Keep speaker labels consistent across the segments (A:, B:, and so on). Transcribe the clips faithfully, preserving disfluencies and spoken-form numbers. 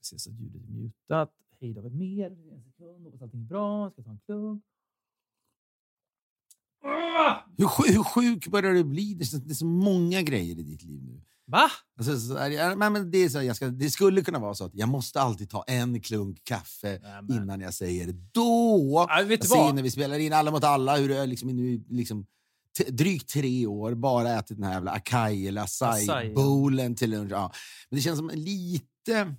A: se så att ljudet är mutat. Hej David mer. En sekund. Hoppas allting är bra. Ska ta en klunk.
B: Hur, sjuk, hur sjuk börjar du bli? Det är, så, det är så många grejer i ditt liv nu.
A: Va?
B: Alltså, så är, men, men det, är så, jag ska, det skulle kunna vara så att jag måste alltid ta en klunk kaffe
A: Nämen.
B: innan jag säger det. Då!
A: Ja, vet du
B: jag
A: vad?
B: ser när vi spelar in Alla mot alla hur det är liksom, nu, liksom t- drygt tre år bara ätit den här jävla acai eller acai bowlen till lunch. Ja. Men det känns som lite...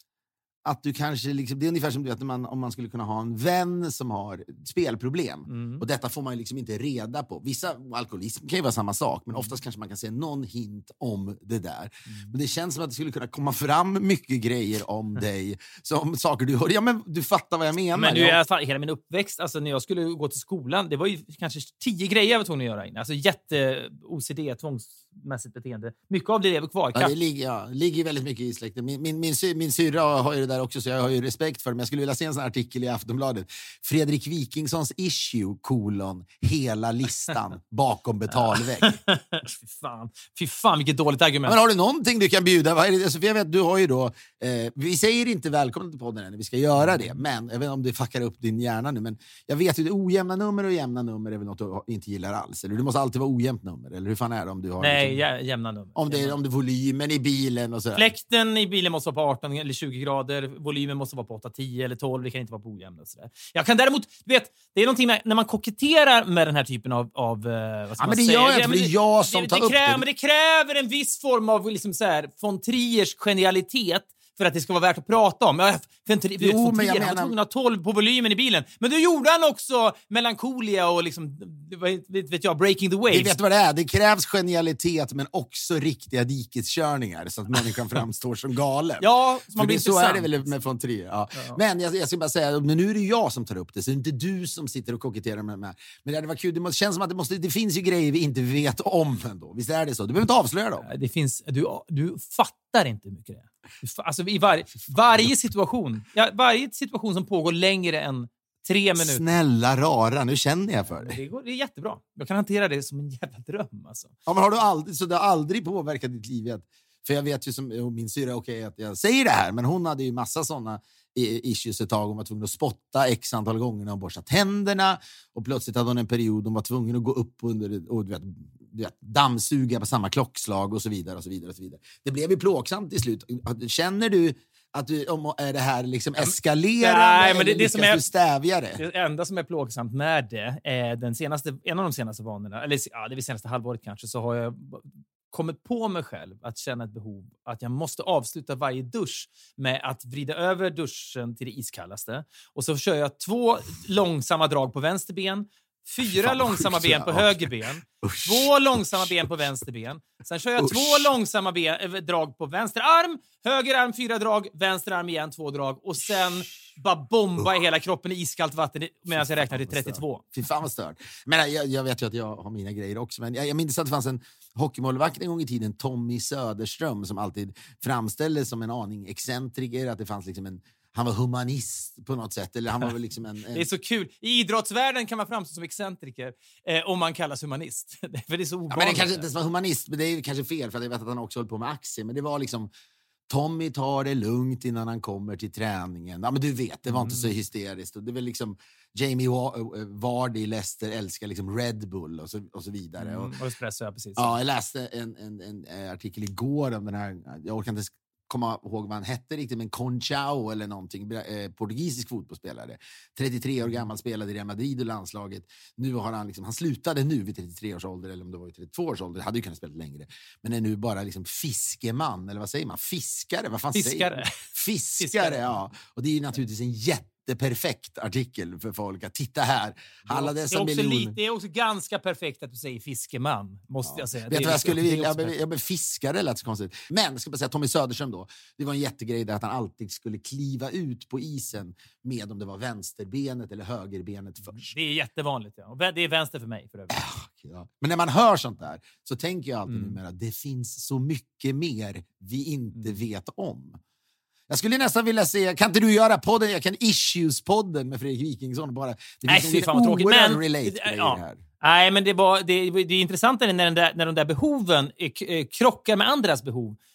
B: Att du kanske liksom, det är ungefär som du vet när man, om man skulle kunna ha en vän som har spelproblem. Mm. Och detta får man ju liksom inte reda på. Vissa alkoholism kan ju vara samma sak, men oftast kanske man kan se någon hint om det där. Mm. Men det känns som att det skulle kunna komma fram mycket grejer om dig, som saker du hör. Ja, men du fattar vad jag menar.
A: Men du, i alla fall, hela min uppväxt, alltså när jag skulle gå till skolan, det var ju kanske tio grejer jag var tvungen att göra in. Alltså jätte O C D, tvångsmässigt beteende. Mycket av det lever kvar.
B: Ja, det ligger, ja, ligger väldigt mycket i släkten. Min, min, min, sy, min syra har ju det där också, så jag har ju respekt för det. Men jag skulle vilja se en sån här artikel i Aftonbladet. Fredrik Wikingssons issue, kolon, hela listan bakom betalvägg.
A: Fy fan. Fy fan, vilket dåligt argument.
B: Men har du någonting du kan bjuda? Vad är det? Alltså, för jag vet, du har ju då... Eh, vi säger inte välkommen till podden än, vi ska göra det. Men, jag vet inte om det fuckar upp din hjärna nu, men jag vet ju, ojämna nummer och jämna nummer är väl något du inte gillar alls. Eller du måste alltid vara ojämnt nummer, eller hur fan är det om du har...
A: Nej,
B: liksom,
A: jämna nummer.
B: Om det är om det är volymen i bilen och sådär.
A: Fläkten i bilen måste vara på arton eller tjugo grader. Volymen måste vara på åtta, tio eller tolv. Det kan inte vara på ojämna och sådär. Jag kan däremot, du vet, det är någonting med, när man koketterar med den här typen av, av vad ska
B: ja,
A: man
B: men det
A: säga?
B: gör jag, det, det är jag som
A: det,
B: tar
A: det,
B: upp
A: kräver,
B: det.
A: Men det kräver en viss form av liksom så här, von Triers genialitet för att det ska vara värt att prata om. Ja, för en, jo, vet, men Trier, jag menar... Han var tvungen att ha tolv på volymen i bilen. Men då gjorde han också melankolia och liksom, vet, vet jag, breaking the waves.
B: Det vet vad det är. Det krävs genialitet men också riktiga dikeskörningar så att människan framstår som galen.
A: Ja, så, man blir
B: det, så är det väl med von Trier. Ja. Ja. Men jag, jag ska bara säga, men nu är det jag som tar upp det, så det är inte du som sitter och koketterar med det. Men det var kul. Det måste, känns som att det, måste, det finns ju grejer vi inte vet om ändå. Visst är det så? Du behöver inte avslöja dem.
A: Det finns, du, du fattar inte hur mycket det är. Alltså i var, varje situation, ja, varje situation som pågår längre än tre minuter.
B: Snälla rara, nu känner jag för dig.
A: Det, går, det är jättebra. Jag kan hantera det som en jävla dröm. Alltså.
B: Ja, men har du aldrig, så det har aldrig påverkat ditt liv? För jag vet ju som min syra, okej okay, att jag säger det här, men hon hade ju massa sådana issues ett tag. Hon var tvungen att spotta x antal gånger när hon borstat tänderna. Och plötsligt hade hon en period hon var tvungen att gå upp under och du vet, du vet, dammsuga på samma klockslag och så vidare och så vidare och så vidare. Det blev ju plågsamt i slut. Känner du att du, om är det här liksom eskalerande? Nej, men det, det som är stävja det?
A: Det enda som är plågsamt med det är den senaste, en av de senaste vanorna, eller ja, det är senaste halvåret kanske, så har jag kommit på mig själv att känna ett behov att jag måste avsluta varje dusch med att vrida över duschen till det iskallaste. Och så kör jag två långsamma drag på vänster ben, fyra Fan, långsamma ben på höger ben, Usch. två långsamma ben på vänster ben. Sen kör jag Usch. två långsamma ben, äh, drag på vänster arm, höger arm fyra drag, vänster arm igen två drag. Och sen bara bomba i hela kroppen i iskallt vatten medan jag räknar till trettiotvå.
B: Fy fan vad stört. Men jag, jag vet ju att jag har mina grejer också. Men jag, jag minns att det fanns en hockeymålvakt en gång i tiden, Tommy Söderström, som alltid framställdes som en aning excentriker. Att det fanns liksom en... Han var humanist på något sätt. Eller han var väl liksom en, en...
A: Det är så kul. I idrottsvärlden kan man framstå som excentriker eh, om man kallas humanist. För det är så ovanligt.
B: Ja, men det kanske inte var humanist, men det är kanske fel. För jag vet att han också höll på med aktier. Men det var liksom... Tommy tar det lugnt innan han kommer till träningen. Ja, men du vet, det var inte så hysteriskt. Och det är väl liksom... Jamie Vardy i Leicester älskar liksom Red Bull och så, och så vidare.
A: Mm, och espresso, ja, precis.
B: Ja, jag läste en, en, en artikel igår om den här... Jag orkar inte komma ihåg vad han hette riktigt, men Conchao eller någonting, eh, portugisisk fotbollsspelare. trettiotre år gammal, spelade i Real Madrid och landslaget. Nu har han liksom, han slutade nu vid trettiotre års ålder, eller om det var i trettiotvå års ålder, hade ju kunnat spela längre. Men är nu bara liksom fiskeman, eller vad säger man? Fiskare, vad fan
A: Fiskare.
B: säger man? Fiskare, Fiskare, ja. Och det är ju naturligtvis en jätte perfekt artikel för folk att titta här. Alla dessa
A: det, är också
B: miljoner...
A: lite, det är också ganska perfekt att du säger fiskeman, måste ja. jag säga.
B: Vet du vad jag skulle vilja? Jag, jag, jag fiskare lät så konstigt. Men jag ska bara säga Tommy Söderström då. Det var en jättegrej där att han alltid skulle kliva ut på isen med om det var vänsterbenet eller högerbenet först.
A: Det är jättevanligt, ja. Och det är vänster för mig för övrigt.
B: Ja. Men när man hör sånt där så tänker jag alltid mm. numera att det finns så mycket mer vi inte mm. vet om. Jag skulle nästan vilja se, kan inte du göra podden, jag kan Issues-podden med Fredrik Wikingsson bara. Det
A: Nej, fy fan vad tråkigt. Men,
B: relate ja. här.
A: Nej, men det, var, det, det är intressant när, den där, när de där behoven k- krockar med andras behov.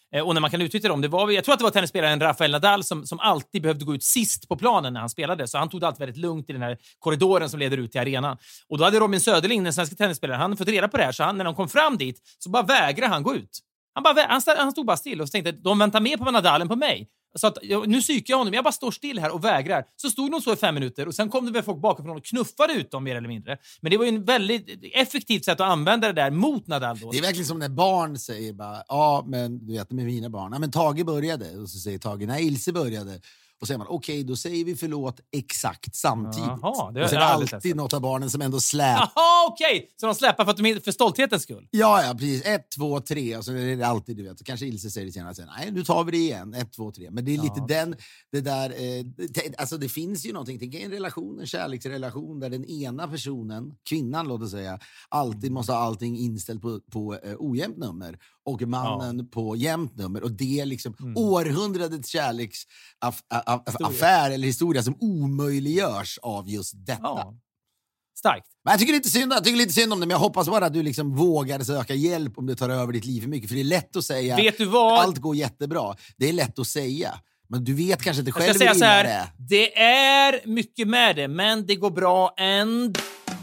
A: Och när man kan utnyttja dem, det var, jag tror att det var tennisspelaren Rafael Nadal som, som alltid behövde gå ut sist på planen när han spelade. Så han tog det alltid väldigt lugnt i den här korridoren som leder ut till arenan. Och då hade Robin Söderling, den svenska tennisspelaren, han fått reda på det här. Så han, när de kom fram dit så bara vägrade han gå ut. Han, bara, han, stod, han stod bara still och tänkte att de väntar mer på Nadal än på mig. Så att, nu psykar jag honom, jag bara står still här och vägrar. Så stod de så i fem minuter och sen kom det väl folk bakifrån och knuffade ut dem mer eller mindre. Men det var ju en väldigt effektivt sätt att använda det där mot Nadal då.
B: Det är verkligen som när barn säger bara, ja men du vet med mina barn, ja men Tage började. Och så säger Tage, nej Ilse började. Och säger man, okej, okay, då säger vi förlåt exakt samtidigt.
A: Jaha, det
B: och så är det alltid något av barnen som ändå släpar.
A: Jaha, okej! Okay. Så de släpar för, att de, för stolthetens skull?
B: Ja, ja, precis. Ett, två, tre. Och så är det alltid, du vet. Så kanske Ilse säger det senare. Sen, nej, nu tar vi det igen. Ett, två, tre. Men det är lite ja. den, det där... Eh, det, alltså det finns ju någonting. Tänk en relation, en kärleksrelation där den ena personen, kvinnan låt oss säga, alltid måste ha allting inställt på, på eh, ojämnt nummer. Och mannen ja. på jämnt nummer. Och det är liksom mm. århundradets kärleksaffär eller historia som omöjliggörs av just detta. Ja.
A: Starkt.
B: Men jag tycker lite synd, jag tycker lite synd om det, men jag hoppas bara att du liksom vågar söka hjälp om det tar över ditt liv för mycket. För det är lätt att säga
A: vet du vad?
B: Allt går jättebra. Det är lätt att säga. Men du vet kanske inte själv
A: jag ska säga
B: hur
A: så här,
B: det är.
A: Det är mycket med det, men det går bra ändå.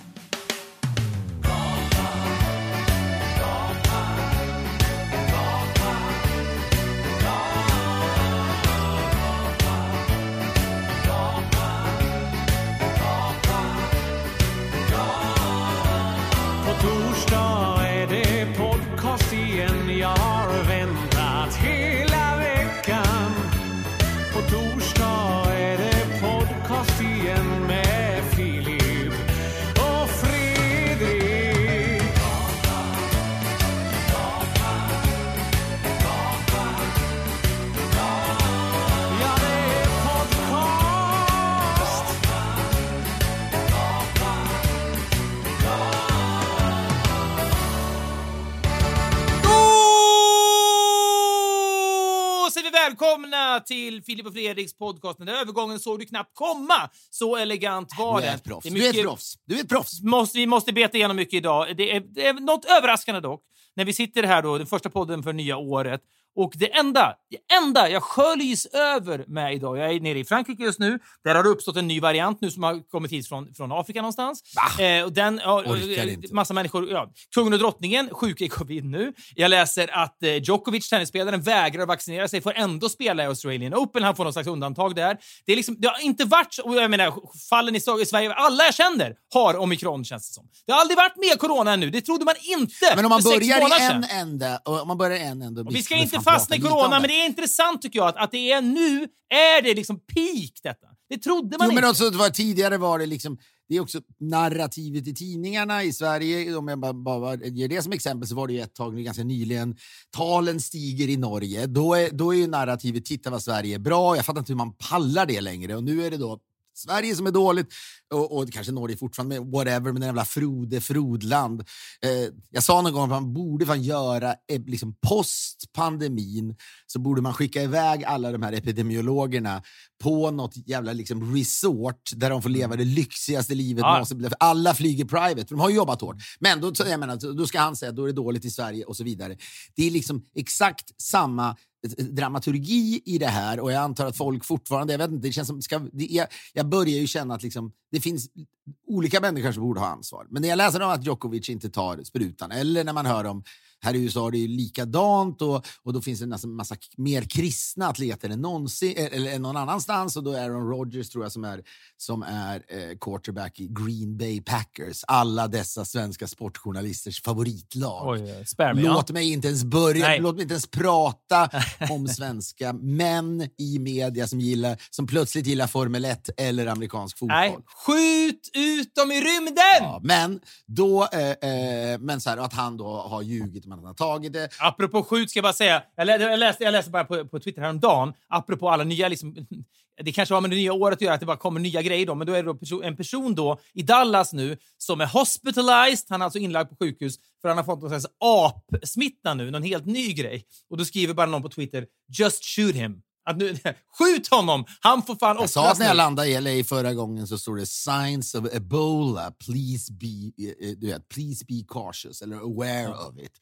A: Välkomna till Filip och Fredriks podcast. Den där övergången såg du knappt komma. Så elegant var
B: det.
A: Du
B: är ett proffs. Du är ett proffs. Du är ett proffs.
A: Måste, vi måste beta igenom mycket idag. Det är, det är något överraskande dock. När vi sitter här då, den första podden för nya året. Och det enda, det enda jag sköljs över med idag, jag är nere i Frankrike just nu, där har det uppstått en ny variant nu som har kommit hit från, från Afrika någonstans. Eh, och den, ja, massa människor, ja, kungen och drottningen, sjuka i covid nu. Jag läser att eh, Djokovic, tennisspelaren, vägrar att vaccinera sig, får ändå spela i Australian Open, han får någon slags undantag där. Det, är liksom, det har inte varit, och jag menar, fallen i Sverige, alla jag känner har omikron känns det som. Det har aldrig varit mer corona än nu, det trodde man inte.
B: Men om man börjar i en ände, och om man börjar i en ände,
A: och vi ska inte fastna i corona, men det är intressant tycker jag att, att det är nu är det liksom peak detta. Det trodde man
B: jo,
A: inte.
B: Men också, det var, tidigare var det liksom, det är också narrativet i tidningarna i Sverige, om jag bara, bara ger det som exempel så var det ju ett tag ganska nyligen, talen stiger i Norge, då är, då är ju narrativet, titta vad Sverige är bra, jag fattar inte hur man pallar det längre, och nu är det då Sverige som är dåligt och, och kanske Norge fortfarande med whatever, men den jävla frode, frodland. Eh, jag sa någon gång att man borde fan göra eh, liksom post-pandemin så borde man skicka iväg alla de här epidemiologerna på något jävla liksom resort där de får leva det lyxigaste livet. Ja. För alla flyger private, för de har ju jobbat hårt. Men då, jag menar, då ska han säga att då är det dåligt i Sverige och så vidare. Det är liksom exakt samma dramaturgi i det här, och jag antar att folk fortfarande, jag vet inte, det känns som ska, det, jag, jag börjar ju känna att liksom, det finns olika människor som borde ha ansvar. Men när jag läser om att Djokovic inte tar sprutan, eller när man hör om här i U S A är det ju likadant, och, och då finns det en massa, massa mer kristna atleter än någonsin, eller än någon annanstans, och då är Aaron Rodgers tror jag som är, som är eh, quarterback i Green Bay Packers, alla dessa svenska sportjournalisters favoritlag.
A: Oj, mig,
B: låt
A: ja.
B: mig inte ens börja, Nej. låt mig inte ens prata om svenska män i media som gillar, som plötsligt gillar Formel ett eller amerikansk fotboll. Nej,
A: skjut ut dem i rymden!
B: Ja, men då, eh, eh, men så här, att han då har ljugit om att han har tagit det.
A: Apropå skjut ska jag bara säga, jag, lä- jag, läste, jag läste bara på, på Twitter häromdagen, apropå alla nya, liksom, det kanske har med det nya året att göra, att det bara kommer nya grejer då, men då är det då perso- en person då i Dallas nu som är hospitalized, han är alltså inlagd på sjukhus för han har fått någon slags apsmitta nu, någon helt ny grej. Och då skriver bara någon på Twitter, just shoot him. Att nu, skjut honom, han får fan
B: offras. Jag sa att när jag landade i L A förra gången så står det signs of Ebola, please be, du vet, please be cautious eller aware of it.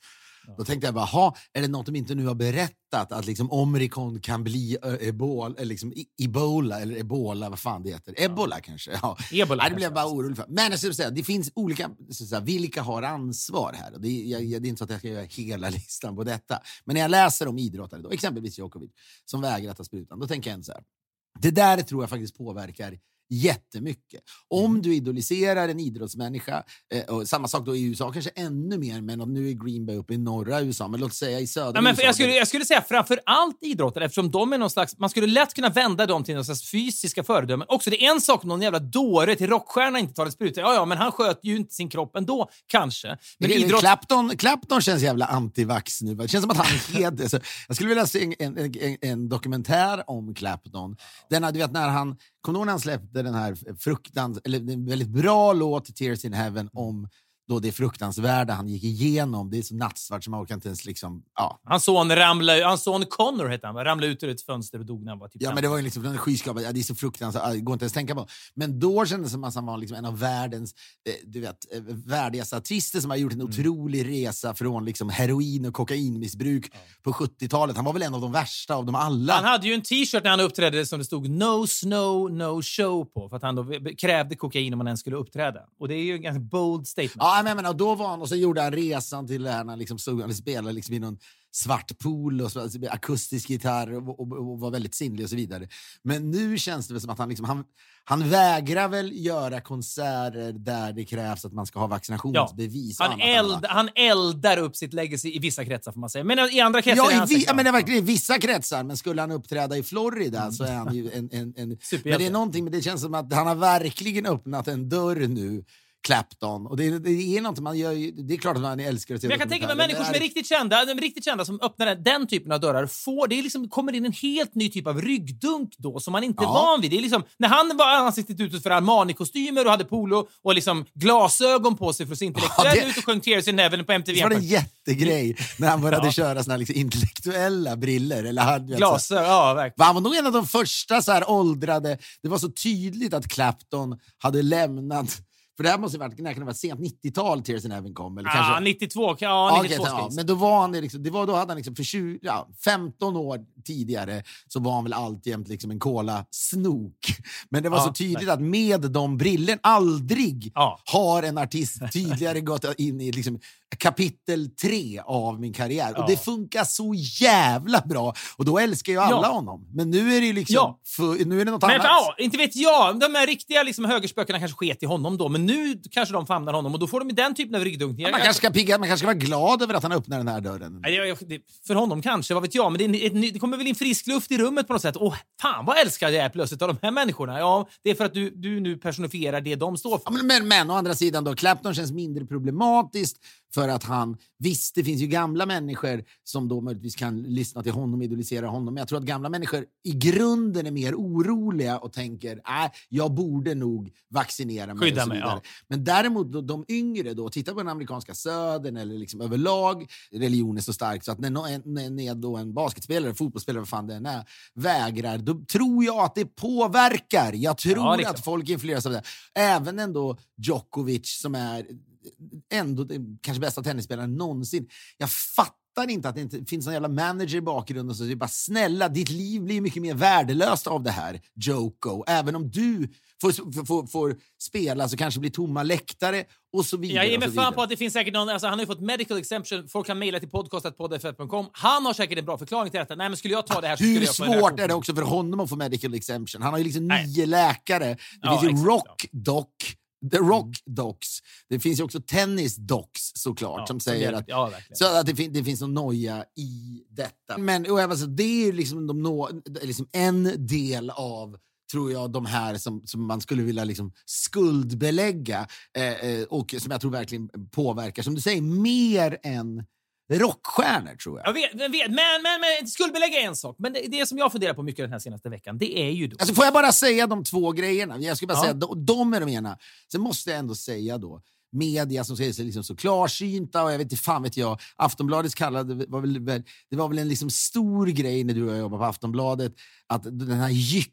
B: Ja. Då tänkte jag bara, ha, är det något de inte nu har berättat? Att liksom Omicron kan bli ebola, eller liksom ebola, eller ebola, vad fan det heter. Ebola ja. kanske. Ja.
A: Ebola
B: Nej, det blev jag bara orolig för. Men jag skulle säga, det finns olika, så säga, vilka har ansvar här? Och det, jag, jag, det är inte så att jag ska göra hela listan på detta. Men när jag läser om idrottare, då, exempelvis Djokovic, som vägrar ta sprutan, då tänker jag ändå så här. Det där tror jag faktiskt påverkar jättemycket. Om du idoliserar en idrottsmänniska, eh, och samma sak då i U S A, kanske ännu mer, men nu är Green Bay uppe i norra U S A, men låt säga i södra
A: ja, men
B: U S A.
A: Jag skulle, jag skulle säga framför allt idrottare, eftersom de är någon slags, man skulle lätt kunna vända dem till någon slags fysiska föredömen. Också det är en sak om någon jävla dåre till rockstjärna inte tar ett spruta. Ja, ja, men han sköt ju inte sin kropp ändå, kanske. Men
B: det,
A: idrott...
B: Clapton, Clapton känns jävla antivax nu. Det känns som att han är helt... alltså, jag skulle vilja se en, en, en, en dokumentär om Clapton. Den, du vet, när han... Kommer du ihåg när han släppte den här fruktan, eller en väldigt bra låt, Tears in Heaven, om då det fruktansvärda han gick igenom. Det är så nattsvart som man orkar inte ens liksom... Ja.
A: Hans son ramlade, hans son Connor hette han, ramlade ut ur ett fönster och dog när han var typ...
B: Ja, men det var ju liksom en skyskrapa. Ja, det är så fruktansvärt, det går inte ens tänka på. Men då kändes det som att han var liksom en av världens, eh, du vet, eh, värdigaste artister som har gjort en mm. otrolig resa från liksom heroin- och kokainmissbruk ja. på sjuttiotalet. Han var väl en av de värsta av dem alla.
A: Han hade ju en t-shirt när han uppträdde som det stod No Snow, No Show på, för att han då krävde kokain om man ens skulle uppträda. Och det är ju en ganska bold statement.
B: Ja, men, men och då var han, och så gjorde han resan till där han liksom stod, han spelade liksom i någon svart pool och så, alltså, akustisk gitarr och, och, och var väldigt sinnlig och så vidare. Men nu känns det väl som att han liksom, han, han vägrar väl göra konserter där det krävs att man ska ha vaccinationsbevis.
A: Ja. Han, eld, han eldar upp sitt legacy i vissa kretsar, får man säga. Men i andra kretsar
B: ja,
A: är han
B: i vi, ja, men det är verkligen i vissa kretsar. Men skulle han uppträda i Florida mm. så är han ju en... en, en men det är någonting, men det känns som att han har verkligen öppnat en dörr nu, Clapton. Och det, det är något man gör, det är klart att man älskar att se.
A: Men jag kan tänka mig människor som är riktigt kända, de är riktigt kända som öppnar den, den typen av dörrar, får, det är liksom, kommer in en helt ny typ av ryggdunk då som man inte är ja. van vid. Det är liksom, när han var ansiktet utåt för Armani-kostymer och hade polo och liksom glasögon på sig för att se intellektuell ja, det, ut och sjöng Tears in Heaven på M T V.
B: Det var en jättegrej när han började ja. köra såna liksom intellektuella briller. Eller han,
A: glasögon, ja verkligen.
B: Han var nog en av de första så här åldrade, det var så tydligt att Clapton hade lämnat. För det här måste ha varit, när kan det vara sent nittiotal Tears in Heaven kom, eller
A: ja,
B: kanske
A: nittiotvå, ja, nittiotvå
B: okay, ja, men då var han liksom, det var då hade han liksom för tjugo, ja, femton år tidigare så var han väl alltjämt liksom en cola snok. Men det var ja, så tydligt nej. att med de brillen aldrig ja. har en artist tydligare gått in i liksom kapitel tre av min karriär. Ja. Och det funkar så jävla bra. Och då älskar ju alla ja. honom. Men nu är det ju liksom
A: ja.
B: för, nu är det något
A: men,
B: annat.
A: Ja, inte vet jag. De här riktiga liksom, högerspökarna kanske sket i honom då. Men nu kanske de famnar honom och då får de den typen av ryggdunkningar.
B: Ja, man, kanske ska pigga, man kanske ska vara glad över att han öppnar den här dörren.
A: Ja, ja, det, för honom kanske, vad vet jag. Men det, är ett, det kommer väl in frisk luft i rummet på något sätt. Åh, fan vad älskar jag är plötsligt av de här människorna. Ja, det är för att du, du nu personifierar det de står för.
B: Ja, men, men, men å andra sidan då, Clapton känns mindre problematiskt för att han, visst det finns ju gamla människor som då möjligtvis kan lyssna till honom och idolisera honom. Men jag tror att gamla människor i grunden är mer oroliga och tänker, nej, äh, jag borde nog vaccinera mig.
A: Skydda mig, ja.
B: Men däremot då, de yngre då, titta på den amerikanska södern eller liksom överlag, religion är så stark så att när, när, när då en basketspelare, fotbollsspelare, vad fan det är, vägrar, då tror jag att det påverkar. Jag tror ja, att folk influeras av det. Även ändå Djokovic som är ändå kanske bästa tennisspelaren någonsin. Jag fattar inte att det inte finns någon jävla manager i bakgrunden så det är bara snälla, ditt liv blir mycket mer värdelöst av det här, Joko. Även om du får, får, får spela så kanske blir tomma läktare och så vidare.
A: Jag ger mig
B: fan
A: på att det finns säkert någon, alltså han har ju fått medical exemption, folk kan mejla till podcastet podd f f punkt com. Han har säkert en bra förklaring till detta. Nej, men skulle jag ta det här så
B: hur
A: skulle jag
B: svårt det är det också för honom att få medical exemption? Han har ju liksom
A: Nej.
B: nio läkare. Det
A: ja,
B: finns ju
A: exakt,
B: Rock Doc. The Rock Docs. Det finns ju också Tennis Docs såklart ja, som säger det, att,
A: ja,
B: så att det, fin- det finns någon noja i detta. Men och alltså, det är liksom, de no- liksom en del av tror jag de här som, som man skulle vilja liksom skuldbelägga eh, och som jag tror verkligen påverkar, som du säger, mer än rockstjärnor tror jag.
A: Jag vet, jag vet. Men, men, men skuldbelägga är en sak. Men det, det som jag funderar på mycket den här senaste veckan, det är ju då...
B: Alltså får jag bara säga de två grejerna? Jag skulle bara
A: ja.
B: säga de, de är de ena. Sen måste jag ändå säga då media som säger sig liksom så klarsynta och jag vet inte fan vet jag. Aftonbladet kallade var väl, det var väl en liksom stor grej när du och jag jobbade på Aftonbladet att den här jyck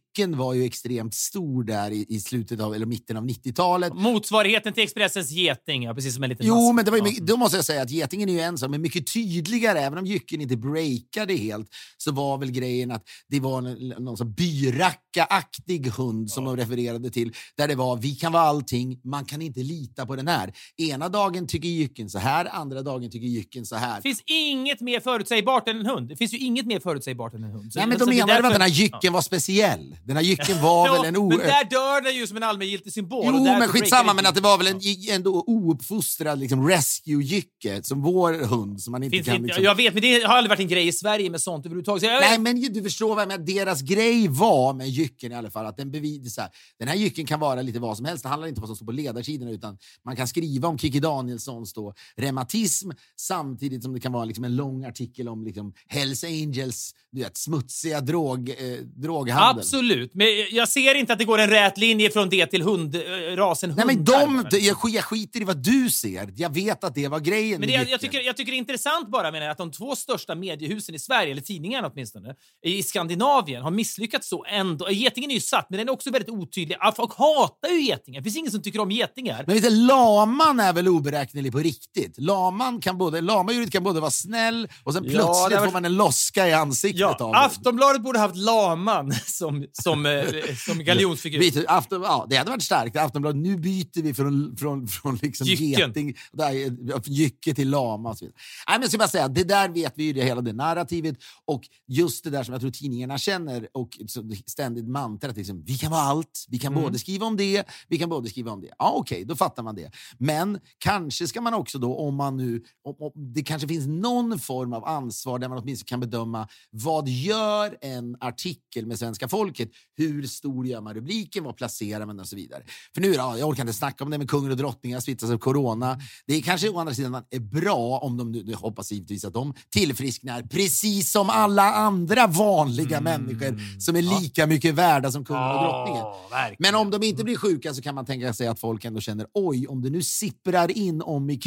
B: Jycken var ju extremt stor där i, i slutet av, eller mitten av nittiotalet.
A: Motsvarigheten till Expressens geting, ja, precis som en liten
B: Jo,
A: mask.
B: men det var ju, ja. Då måste jag säga att getingen är ju en som är mycket tydligare, även om Jycken inte breakade helt, så var väl grejen att det var någon, någon sån byracka-aktig hund som ja. de refererade till, där det var, vi kan vara allting, man kan inte lita på den här. Ena dagen tycker Jycken så här, andra dagen tycker Jycken så här.
A: Det finns inget mer förutsägbart än en hund. Det finns ju inget mer förutsägbart än en hund. Så
B: nej, men de menade därför... att den här Jycken ja. var speciell. Den här Jycken var ja, väl en o...
A: men där dör den ju som en allmängiltig symbol.
B: Jo,
A: och
B: men skitsamma, men att det var väl en ändå ouppfostrad liksom, rescue-Jycke som vår hund som man inte
A: finns
B: kan...
A: Inte,
B: liksom...
A: Jag vet, men det har aldrig varit en grej i Sverige med sånt överhuvudtaget. Så jag...
B: Nej, men du förstår vad jag menar. Deras grej var med Jycken i alla fall, att den bevisar den här Jycken kan vara lite vad som helst. Det handlar inte om vad som står på ledarsidorna, utan man kan skriva om Kikki Danielssons då reumatism, samtidigt som det kan vara liksom en lång artikel om liksom Hells Angels, du vet, smutsiga drog, eh, droghandel.
A: Absolut, men jag ser inte att det går en rät linje från det till hundrasen hundar.
B: Nej, men de, jag, jag skiter i vad du ser. Jag vet att det var grejen.
A: Men det, jag, jag, tycker, jag tycker det är intressant bara med att de två största mediehusen i Sverige, eller tidningarna åtminstone, i Skandinavien har misslyckats så ändå. Getingen är ju satt, men den är också väldigt otydlig. Folk hatar ju getingar. Det finns ingen som tycker om getingar.
B: Men vet du, laman är väl oberäknelig på riktigt. Laman kan både, lamadjuret kan både vara snäll och sen plötsligt ja, var... får man en loska i ansiktet ja, av
A: Aftonbladet borde haft laman som, som, eh, som galjonsfigur.
B: Afton, ja, det hade varit starkt. Aftonbladet, nu byter vi från, från, från liksom geting, där, Jycke till lama och så vidare. Nej, men jag ska bara säga, det där vet vi ju, det hela det narrativet, och just det där som jag tror tidningarna känner och ständigt mantrat, liksom, vi kan vara allt, vi kan mm. både skriva om det, vi kan både skriva om det. Ja, okej, okay, då fattar man det. Men kanske ska man också då, om man nu, om, om, det kanske finns någon form av ansvar där man åtminstone kan bedöma vad gör en artikel med svenska folket, hur stor gör man rubriken, vad placerar man och så vidare. För nu, ja, jag orkar inte snacka om det med kungar och drottningar smittas av corona. Det är kanske å andra sidan är bra om de nu, hoppas givetvis att de tillfrisknar precis som alla andra vanliga mm. människor som är lika ja. mycket värda som kungar och drottningar. Oh, men om de inte blir sjuka så kan man tänka sig att folk ändå känner, oj, om det nu sipprar in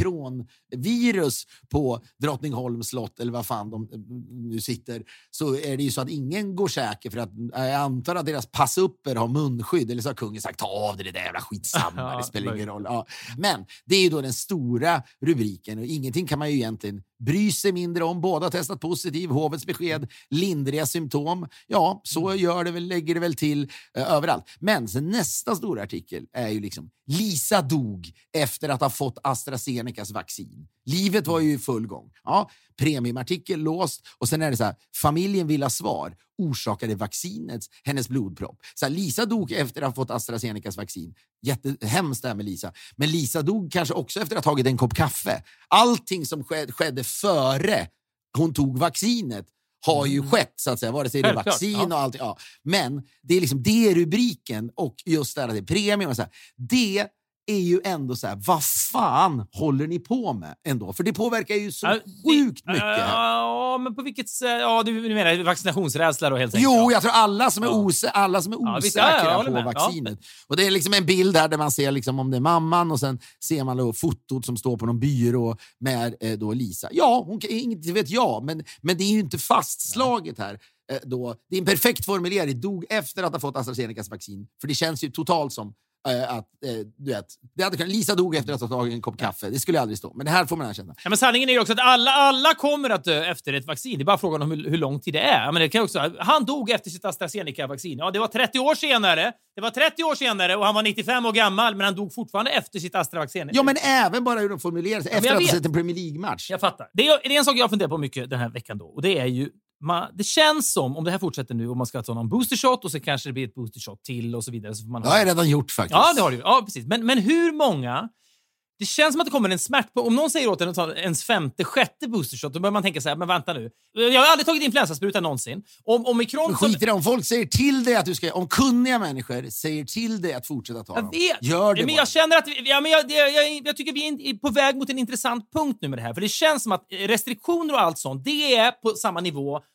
B: omikronvirus på Drottningholms slott eller vad fan de nu sitter, så är det ju så att ingen går säker, för att jag antar att deras passupper har munskydd, eller så har kungen sagt, ta av det, det där jävla skitsamma, det spelar ingen roll. Ja. Men det är ju då den stora rubriken, och ingenting kan man ju egentligen bry sig mindre om. Båda har testat positiv, hovets besked, lindriga symptom. Ja, så gör det väl, lägger det väl till eh, överallt. Men sen nästa stora artikel är ju liksom, Lisa dog efter att ha fått AstraZenecas vaccin. Livet var ju i full gång. Ja, premiumartikel låst, och sen är det så här, familjen vill ha svar. Orsakade vaccinet hennes blodpropp? Så här, Lisa dog efter att ha fått AstraZenecas vaccin. Jättehemskt det här med Lisa. Men Lisa dog kanske också efter att ha tagit en kopp kaffe. Allting som skedde, skedde före hon tog vaccinet har ju skett, så att säga, vare sig det är vaccin ja. och allt. Ja. Men det är liksom det rubriken, och just där att det är premium och så här, det är ju ändå så här, vad fan håller ni på med ändå? För det påverkar ju så uh, sjukt mycket. Ja,
A: uh, men på vilket sätt? Ja, du menar vaccinationsrädsla då helt enkelt.
B: Jo, jag tror alla som är, osä- alla som är ja, osäkra ja, på med. vaccinet. Ja. Och det är liksom en bild här där man ser liksom om det är mamman, och sen ser man då fotot som står på någon byrå med eh, då Lisa. Ja, hon kan, inget vet jag, men, men det är ju inte fastslaget här. Eh, då. Det är en perfekt formulering. Dog efter att ha fått AstraZenecas vaccin. För det känns ju totalt som Uh, att, uh, du vet, det hade kunnat, Lisa dog efter att ha tagit en kopp kaffe. Det skulle aldrig stå. Men det här får man erkänna.
A: Ja, men sanningen är ju också att alla, alla kommer att dö efter ett vaccin. Det är bara frågan om hur, hur lång tid det är. Men det kan också, han dog efter sitt AstraZeneca-vaccin. Ja, det var trettio år senare. Det var trettio år senare och han var nittiofem år gammal, men han dog fortfarande efter sitt AstraZeneca.
B: Ja, men även bara hur de formulerar sig. Ja, efter att ha sett en Premier League-match.
A: Jag fattar. Det är, det är en sak jag funderar på mycket den här veckan då. Och det är ju, man, det känns som, om det här fortsätter nu och man ska ta någon boostershot och så kanske det blir ett boostershot till och så vidare. Så får man
B: det har jag redan gjort faktiskt.
A: Ja, det har du. Ja, precis. Men, men hur många... Det känns som att det kommer en smärt på... Om någon säger åt en att ta ens femte, sjätte boostershot, då börjar man tänka så här, men vänta nu. Jag har aldrig tagit influensaspruta någonsin. Om omikron...
B: Men skit i det, om folk säger till dig att du ska... Om kunniga människor säger till dig att fortsätta ta
A: jag
B: dem.
A: Vet.
B: Gör det
A: ja, men jag känner att... Ja, men jag, jag, jag, jag tycker vi är på väg mot en intressant punkt nu med det här. För det känns som att restriktioner och allt sånt, det är på samma nivå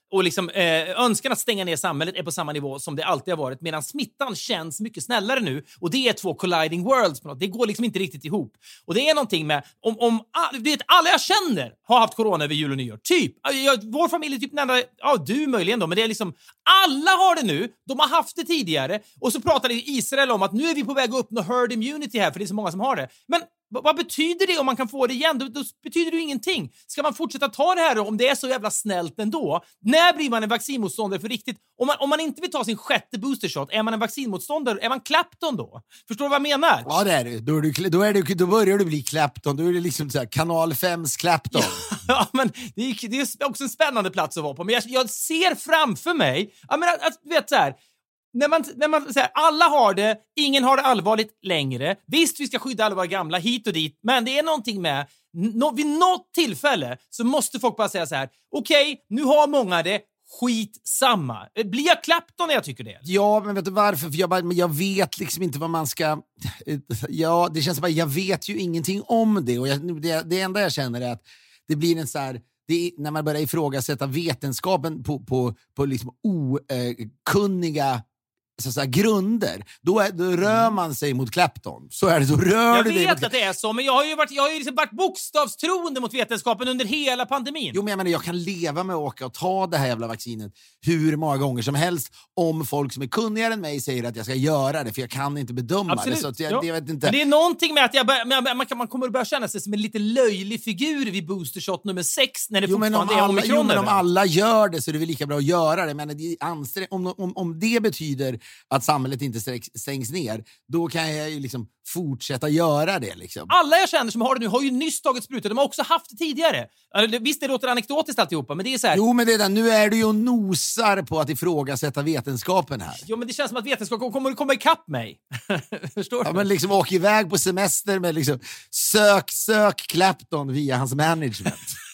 A: och liksom, eh, önskan att stänga ner samhället är på samma nivå som det alltid har varit, medan smittan känns mycket snällare nu, och det är två colliding worlds på något. Det går liksom inte riktigt ihop. Och det är någonting med, om, om du vet, alla jag känner har haft corona över jul och nyår. Typ. Jag, vår familj är typ den enda, ja du möjligen då, men det är liksom, alla har det nu, de har haft det tidigare, och så pratar Israel om att nu är vi på väg att uppnå herd immunity här, för det är så många som har det. Men vad betyder det om man kan få det igen? Då, då betyder det ju ingenting. Ska man fortsätta ta det här då, om det är så jävla snällt ändå? När blir man en vaccinmotståndare för riktigt? Om man, om man inte vill ta sin sjätte boostershot, är man en vaccinmotståndare? Är man Clapton då? Förstår du vad jag menar?
B: Ja, det är du. Då, är du, då, är du, då börjar du bli Clapton. Då är det liksom så här, kanal fems Clapton.
A: Ja, men det är, det är också en spännande plats att vara på. Men jag, jag ser framför mig, jag menar, att, du vet så här, När man, när man säger alla har det, ingen har det allvarligt längre. Visst, vi ska skydda alla våra gamla hit och dit, men det är någonting med, no, vid något tillfälle så måste folk bara säga så här: okej, okay, nu har många det, skit samma. Blir jag Clapton när jag tycker det?
B: Ja, men vet du varför? För jag, bara, men jag vet liksom inte vad man ska... Ja, det känns som att jag vet ju ingenting om det. Och jag, det, det enda jag känner är att det blir en så här... Det är, när man börjar ifrågasätta vetenskapen på, på, på liksom okunniga så att säga, grunder, då, är, då rör man sig mot Clapton. Så är det, då rör
A: jag
B: du dig
A: vet
B: mot...
A: att det är så, men jag har ju varit, jag har ju liksom varit bokstavstroende mot vetenskapen under hela pandemin.
B: Jo, men jag menar, jag kan leva med att åka och ta det här jävla vaccinet hur många gånger som helst om folk som är kunnigare än mig säger att jag ska göra det, för jag kan inte bedöma
A: Absolut.
B: det. Så att jag, det, jag vet inte.
A: Men det är någonting med att jag bör, man, kan, man kommer att börja känna sig som en lite löjlig figur vid boostershot nummer sex när det
B: jo, men om
A: fortfarande är
B: alla,
A: omikron.
B: jo, men om alla gör det så är det väl lika bra att göra det. Men det ansträng, om, om, om det betyder att samhället inte stängs ner, då kan jag ju liksom fortsätta göra det. Liksom.
A: Alla jag känner som har det nu har ju nyss tagit sprutor. De har också haft det tidigare. Visst, det låter anekdotiskt alltihopa, men det är så här...
B: Jo, men det är där, nu är du ju och nosar på att ifrågasätta vetenskapen här.
A: Jo, men det känns som att vetenskapen kommer att komma ikapp mig. Förstår du?
B: Ja, men liksom åk iväg på semester med liksom sök, sök Clapton via hans management.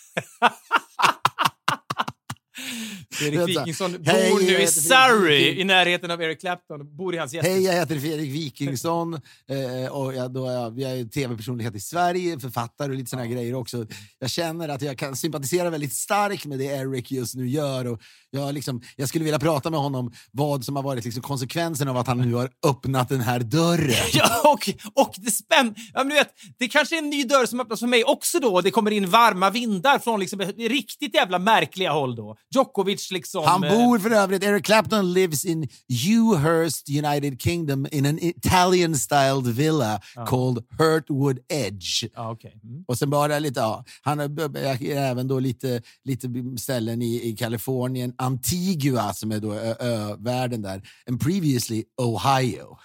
A: Erik Wikingsson bor Hej, nu i Surrey i närheten av Eric Clapton, bor i hans gäst.
B: Hej, jag heter Fredrik Wikingsson eh, och jag, då är jag, jag är tv-personlighet i Sverige, författare och lite såna här grejer också. Jag känner att jag kan sympatisera väldigt starkt med det Eric just nu gör, och jag, liksom, jag skulle vilja prata med honom vad som har varit liksom konsekvensen av att han nu har öppnat den här dörren.
A: Ja, och, och det spänn... Ja, men du vet, det kanske är en ny dörr som öppnas för mig också då. Det kommer in varma vindar från liksom riktigt jävla märkliga håll då. Djokovic liksom...
B: Han bor för övrigt, Eric Clapton lives in Ewhurst, United Kingdom, in an Italian-styled villa ah. called Hurtwood Edge.
A: Ah, okay. Mm.
B: Och sen bara lite, ja, han har även då lite, lite ställen i, i Kalifornien, Antigua som är då ö, ö, världen där, and previously Ohio.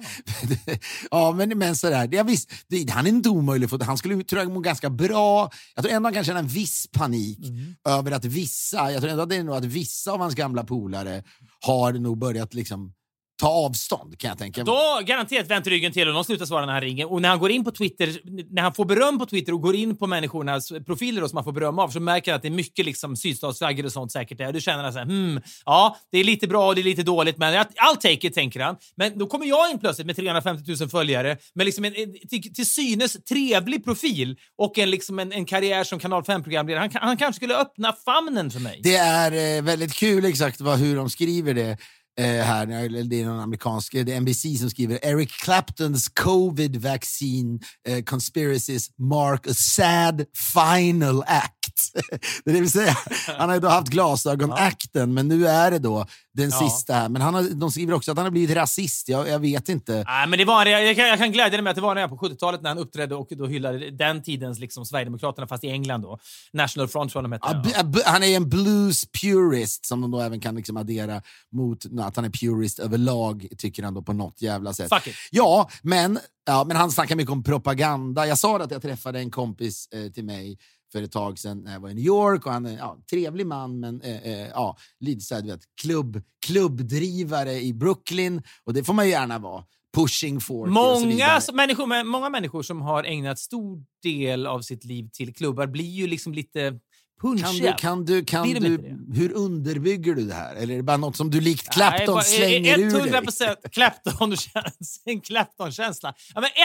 B: Ja, men, men sådär, jag visst, det, han är inte omöjlig, för han skulle tror jag må ganska bra. Jag tror ändå han kan känna en viss panik mm. över att vissa, jag tror ändå att det är nog att vissa av hans gamla polare har nog börjat liksom ta avstånd, kan jag tänka.
A: Då garanterat vänt ryggen till och de slutar svara när han ringer. Och när han går in på Twitter, när han får beröm på Twitter och går in på människornas profiler som man får beröm av, så märker han att det är mycket liksom sydstatsflaggor och sånt säkert där. Du känner att hmm, ja, det är lite bra och det är lite dåligt, men I'll take it, tänker han. Men då kommer jag in plötsligt med trehundrafemtio tusen följare med liksom en, en till, till synes trevlig profil och en, liksom en, en karriär som Kanal fem-programledare. Han, han kanske skulle öppna famnen för mig.
B: Det är eh, väldigt kul exakt vad, hur de skriver det. Uh, här, det är någon amerikansk, det är N B C som skriver Eric Claptons COVID vaccine uh, conspiracies mark a sad final act. Det vill säga, han har ju då haft glasögon-akten, men nu är det då den ja. sista här. Men han har, de skriver också att han har blivit rasist. Jag, jag vet inte.
A: Nej, men det var, jag, kan, jag kan glädja dig med att det var när jag på sjuttiotalet när han uppträdde och då hyllade den tidens liksom Sverigedemokraterna, fast i England då. National Front från de hette.
B: Ja, ja. B- han är en blues purist som de då även kan liksom addera mot att han är purist överlag, tycker han då på något jävla sätt.
A: Fuck it.
B: Ja, men, ja, men han snackar mycket om propaganda. Jag sa att jag träffade en kompis eh, till mig för ett tag sedan när jag var i New York, och han är ja, trevlig man, men eh, eh, ja, lite så här, du vet, klubb, klubbdrivare i Brooklyn, och det får man ju gärna vara. Pushing forty
A: många människor, många människor som har ägnat stor del av sitt liv till klubbar blir ju liksom lite punchiga.
B: Kan du, kan du, kan du hur underbygger du det här? Eller är det bara något som du likt Clapton Nej, bara, slänger ur dig?
A: hundra procent Clapton-känsla. En Clapton-känsla. Ja, men ett,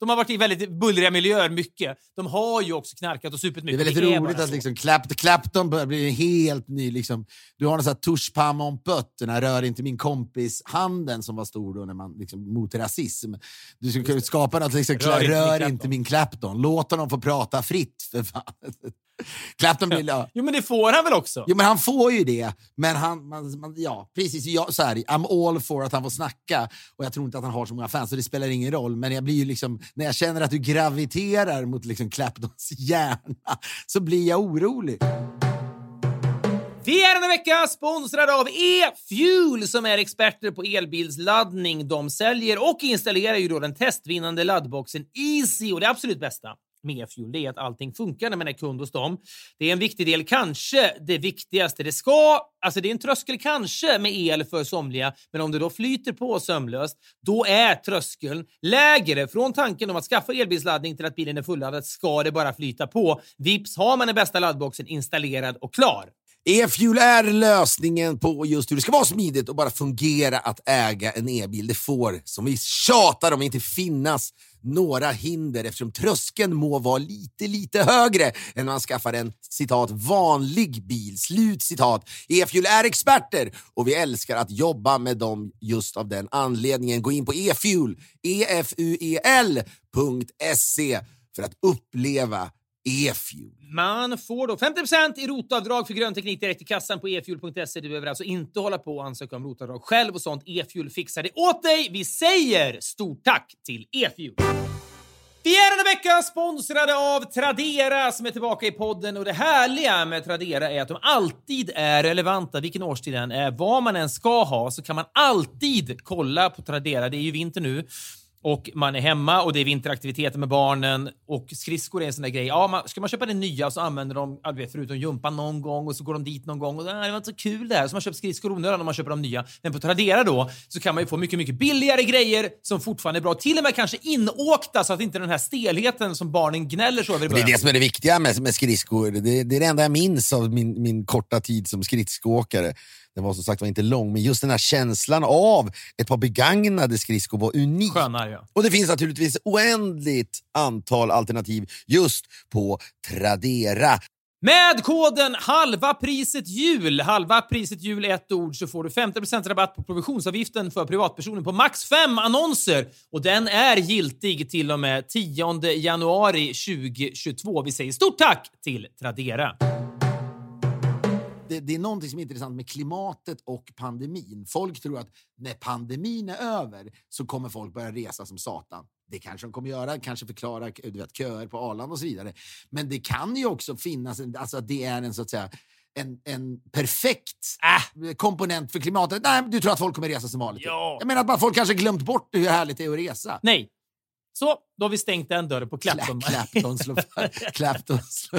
A: De har varit i väldigt bullriga miljöer mycket. De har ju också knarkat och supit mycket.
B: Det är väldigt det är roligt att liksom Clapt- Clapton börjar bli en helt ny... Liksom, du har en sån här tuschpamon-pött, den här rör inte min kompis handen som var stor då när man liksom, mot rasism. Du skulle skapa något liksom, rör, rör inte, inte min Clapton. Låt honom få prata fritt för fan. Clapton blir... Ja.
A: Jo, men det får han väl också?
B: Jo, men han får ju det. Men han... Man, man, ja, precis. Jag, så här, I'm all for att han får snacka. Och jag tror inte att han har så många fans, så det spelar ingen roll. Men jag blir ju liksom... När jag känner att du graviterar mot liksom Claptons hjärna så blir jag orolig.
A: Vi är denna vecka sponsrade av E-Fuel som är experter på elbilsladdning. De säljer och installerar ju då den testvinnande laddboxen Easy, och det absolut bästa med E-Fuel, det är att allting funkar när man är kund hos dem. Det är en viktig del, kanske det viktigaste. Det ska, alltså det är en tröskel kanske med el för somliga, men om det då flyter på sömlöst, då är tröskeln lägre. Från tanken om att skaffa elbilsladdning till att bilen är fulladdad ska det bara flyta på. Vips har man den bästa laddboxen installerad och klar.
B: E-Fuel är lösningen på just hur det ska vara smidigt och bara fungera att äga en e-bil. Det får, som vi tjatar om, inte finnas några hinder eftersom tröskeln må vara lite, lite högre än när man skaffar en, citat, vanlig bil. Slut citat. E-Fuel är experter och vi älskar att jobba med dem just av den anledningen. Gå in på e-fuel, e f u e l punkt se för att uppleva E-Fuel.
A: Man får då femtio procent i rotavdrag för grön teknik direkt i kassan på e fuel punkt se. Du behöver alltså inte hålla på och ansöka om rotavdrag själv och sånt. E-Fuel fixar det åt dig. Vi säger stort tack till E-Fuel. Vi är denna vecka sponsrade av Tradera som är tillbaka i podden, och det härliga med Tradera är att de alltid är relevanta vilken årstid den är. Vad man än ska ha så kan man alltid kolla på Tradera. Det är ju vinter nu. Och man är hemma och det är vinteraktiviteter med barnen och skridskor är en sån där grej. Ja, man, ska man köpa den nya så använder de, vet, förutom jumpan någon gång och så går de dit någon gång och det var inte så kul det här. Så man köper skridskor onödan om man köper de nya. Men på Tradera då så kan man ju få mycket, mycket billigare grejer som fortfarande är bra. Till och med kanske inåkta så att inte den här stelheten som barnen gnäller så över i början.
B: Det är det som är det viktiga med, med skridskor. Det, det är det enda jag minns av min, min korta tid som skridskoåkare. Den var som sagt var inte lång, men just den här känslan av ett par begagnade skridskor var unik.
A: Skönar, ja.
B: Och det finns naturligtvis oändligt antal alternativ just på Tradera.
A: Med koden halva priset jul, halva priset jul ett ord, så får du femtio procent rabatt på provisionsavgiften för privatpersoner på max fem annonser. Och den är giltig till och med tionde januari tjugohundratjugotvå. Vi säger stort tack till Tradera.
B: Det, det är någonting som är intressant med klimatet och pandemin. Folk tror att när pandemin är över så kommer folk börja resa som satan. Det kanske de kommer göra, kanske förklara du vet, köer på Arlanda och så vidare. Men det kan ju också finnas, en, alltså det är en så att säga en, en perfekt äh. komponent för klimatet. Nej, du tror att folk kommer resa som vanligt.
A: Ja.
B: Jag menar att bara folk kanske glömt bort hur härligt det är att resa.
A: Nej. Så, då har vi stängt den dörren på Clapton.
B: Clapton slår Clapton slår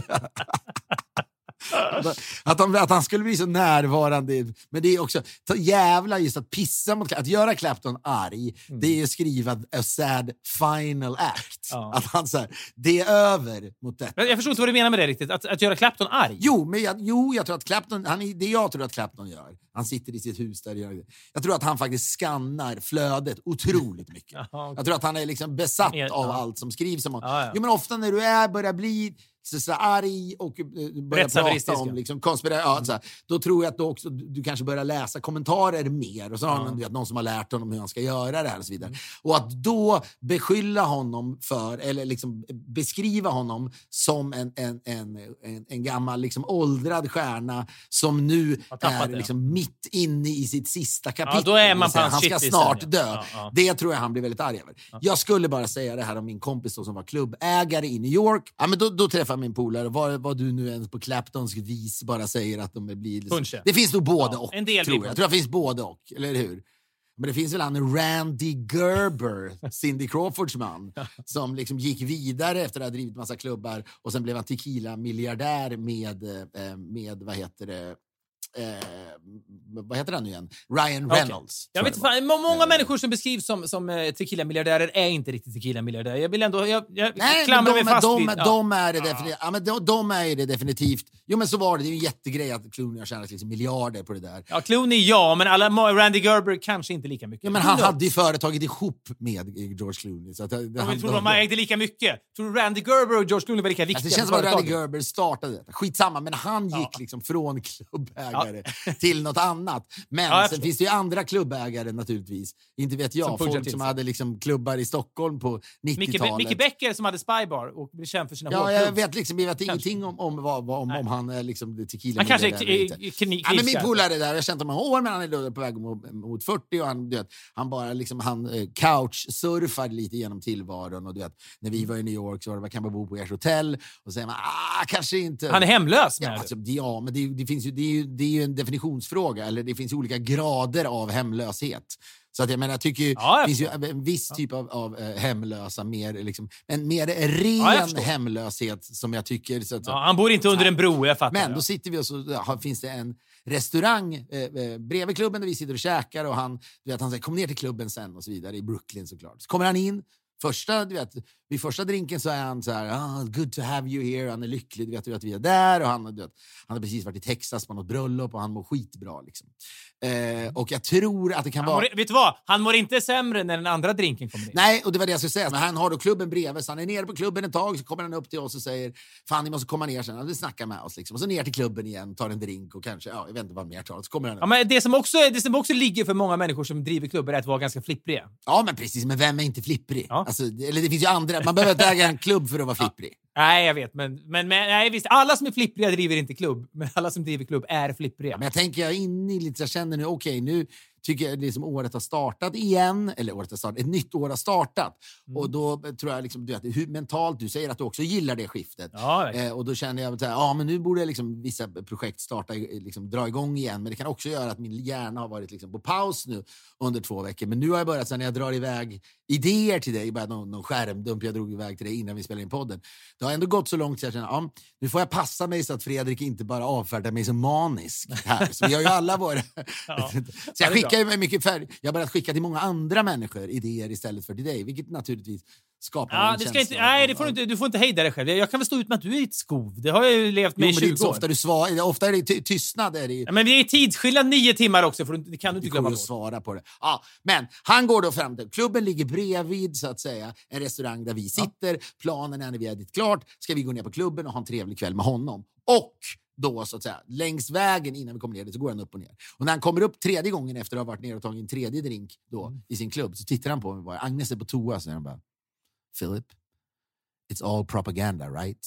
B: Att han, att han skulle bli så närvarande. Men det är också så jävla just att pissa mot att göra Clapton arg. Mm. Det är ju skriva a sad final act. Ja. Att han så här, det är över mot detta.
A: Jag förstår inte vad du menar med det riktigt. Att, att göra Clapton arg.
B: Jo, men jag, jo, jag tror att Clapton, han, det jag tror att Clapton gör. Han sitter i sitt hus där. Gör det. Jag tror att han faktiskt skannar flödet otroligt mycket. Aha, okay. Jag tror att han är liksom besatt ja. av allt som skrivs om honom. Ja, ja. Jo, men ofta när du är börjar bli så, så arg och börjar prata om liksom, konspira- ja, mm. så här, då tror jag att du också du kanske börjar läsa kommentarer mer och så har mm. någon som har lärt honom hur han ska göra det här och så vidare. Mm. Och att då beskylla honom för eller liksom beskriva honom som en, en, en, en, en gammal liksom åldrad stjärna som nu är det, liksom, ja. mitt inne i sitt sista kapitel.
A: Ja, då är man
B: han ska snart
A: sen,
B: dö.
A: Ja, ja.
B: Det tror jag han blir väldigt arg över. Ja. Jag skulle bara säga det här om min kompis då, som var klubbägare i New York. Ja, men då, då träffar min polare, vad, vad du nu ens på Claptons vis bara säger att de blir... Liksom, det finns nog både ja, och, en del tror jag. Jag tror det finns både och, eller hur? Men det finns väl en Randy Gerber, Cindy Crawfords man, som liksom gick vidare efter att ha drivit massa klubbar och sen blev han tequila-miljardär med, med, vad heter det, eh, vad heter han nu igen? Ryan Reynolds.
A: Okay. Jag vet fan, många uh, människor som beskrivs som, som tequila-miljardärer är inte riktigt tequila-miljardärer. Jag vill ändå... Jag, jag
B: Nej, men de, mig fast de, vid, de, ja. är det definitivt. Ja, men de, de är det definitivt. Jo, men så var det. Det är ju en jättegrej att Clooney har tjänat liksom miljarder på det där.
A: Ja, Clooney, ja. Men alla, Randy Gerber kanske inte lika mycket.
B: Ja, men han hade ju företaget ihop med George Clooney. Så att, det,
A: ja,
B: han,
A: jag tror de, de ägde lika mycket. Tror du Randy Gerber och George Clooney var lika viktiga?
B: Alltså, det känns som att Randy Gerber startade det. Skitsamma, men han gick ja. liksom från klubbägare ja. till något annat. Men ja, sen finns det ju andra klubbägare naturligtvis. Inte vet jag. Som folk som hade liksom klubbar i Stockholm på nittiotalet.
A: Micke Becker som hade Spybar och blev känd för sina
B: ja,
A: hårdklubb.
B: Jag vet liksom, jag vet ingenting om, om, om, om, om han är liksom tequila.
A: Han kanske är kniv.
B: Ja, men min polare där, jag kände om år, men han är på väg mot, mot fyrtio och han, du vet, han bara liksom, han eh, couchsurfade lite genom tillvaron och du vet, när vi var i New York så var det, kan man bo på ert hotell och så säger man, ah, kanske inte.
A: Han är hemlös med
B: ja, alltså, det, ja, men det, det finns ju, det är ju, det är ju en definitionsfråga, eller det finns ju olika grader av hemlöshet. Så att jag menar, jag tycker ju, ja, jag finns ju en viss typ av, av uh, hemlösa, mer, liksom, en mer ren ja, hemlöshet som jag tycker... Så att,
A: ja, han bor inte under en bro, jag fattar.
B: Men
A: ja.
B: då sitter vi och så ja, finns det en restaurang eh, eh, bredvid klubben där vi sitter och käkar och han, du vet, han säger, kom ner till klubben sen och så vidare, i Brooklyn såklart. Så kommer han in, första, du vet, vid första drinken så är han så här, oh, good to have you here, han är lycklig, du vet, du vet vi är där och han, du vet, han har precis varit i Texas på något bröllop och han mår skitbra liksom. Eh, och jag tror att det kan
A: han
B: vara...
A: Mår, vet du vad? Han mår inte sämre när den andra drinken kommer in.
B: Nej, och det var det jag skulle säga. Men han har då klubben bredvid, så han är nere på klubben ett tag, så kommer han upp till oss och säger, fan, ni måste komma ner sen, han vill snacka med oss liksom. Och så ner till klubben igen, tar en drink och kanske, ja, jag vet inte vad mer tar, så kommer han upp.
A: Ja, men det som också, det som också ligger för många människor som driver klubbar är att vara ganska flippriga.
B: Ja, men precis, men vem är inte flipprig? Ja. Alltså, eller det finns ju andra, man behöver inte äga en klubb för att vara flipprig. Ja.
A: Nej, jag vet, men, men, men nej, visst, alla som är flippriga driver inte klubb, men alla som driver klubb är flippriga.
B: Ja, men jag tänker, jag är inne i lite, jag känner nu, okej, okay, nu tycker jag liksom året har startat igen, eller året har startat, ett nytt år har startat. Mm. Och då tror jag liksom, du vet, hur mentalt, du säger att du också gillar det skiftet. Ja, eh, och då känner jag att ja, men nu borde liksom vissa projekt starta, liksom dra igång igen. Men det kan också göra att min hjärna har varit liksom på paus nu under två veckor. Men nu har jag börjat, sen när jag drar iväg idéer till dig, bara någon, någon skärmdump jag drog iväg till dig innan vi spelade in podden. Det har ändå gått så långt så jag känner, ja, nu får jag passa mig så att Fredrik inte bara avfärdar mig som manisk här. Så vi har ju alla våra... Ja. Så jag skickar ju mycket färg. Jag har börjat skicka till många andra människor idéer istället för till dig, vilket naturligtvis skapar
A: ja,
B: en
A: det ska
B: känsla.
A: Inte, nej, det får du, inte, du får inte hejda dig själv. Jag kan väl stå ut med att du är ett skov. Det har jag ju levt med jo, i tjugo år. Det är
B: ofta du svarar. Ofta är det ty- tystnad. Är det ju.
A: Ja, men det är tidsskillnad nio timmar också, för det kan du inte glömma bort.
B: Svara på det. Ja, men han går då fram till klubben, ligger bredvid så att säga en restaurang där vi sitter. Ja. Planen är när vi är dit klart ska vi gå ner på klubben och ha en trevlig kväll med honom. Och då så att säga, längs vägen innan vi kommer ner så går han upp och ner. Och när han kommer upp tredje gången efter att ha varit ner och tagit en tredje drink då mm. i sin klubb så tittar han på mig bara, Agnes är på toa, så han bara, Philip, it's all propaganda, right?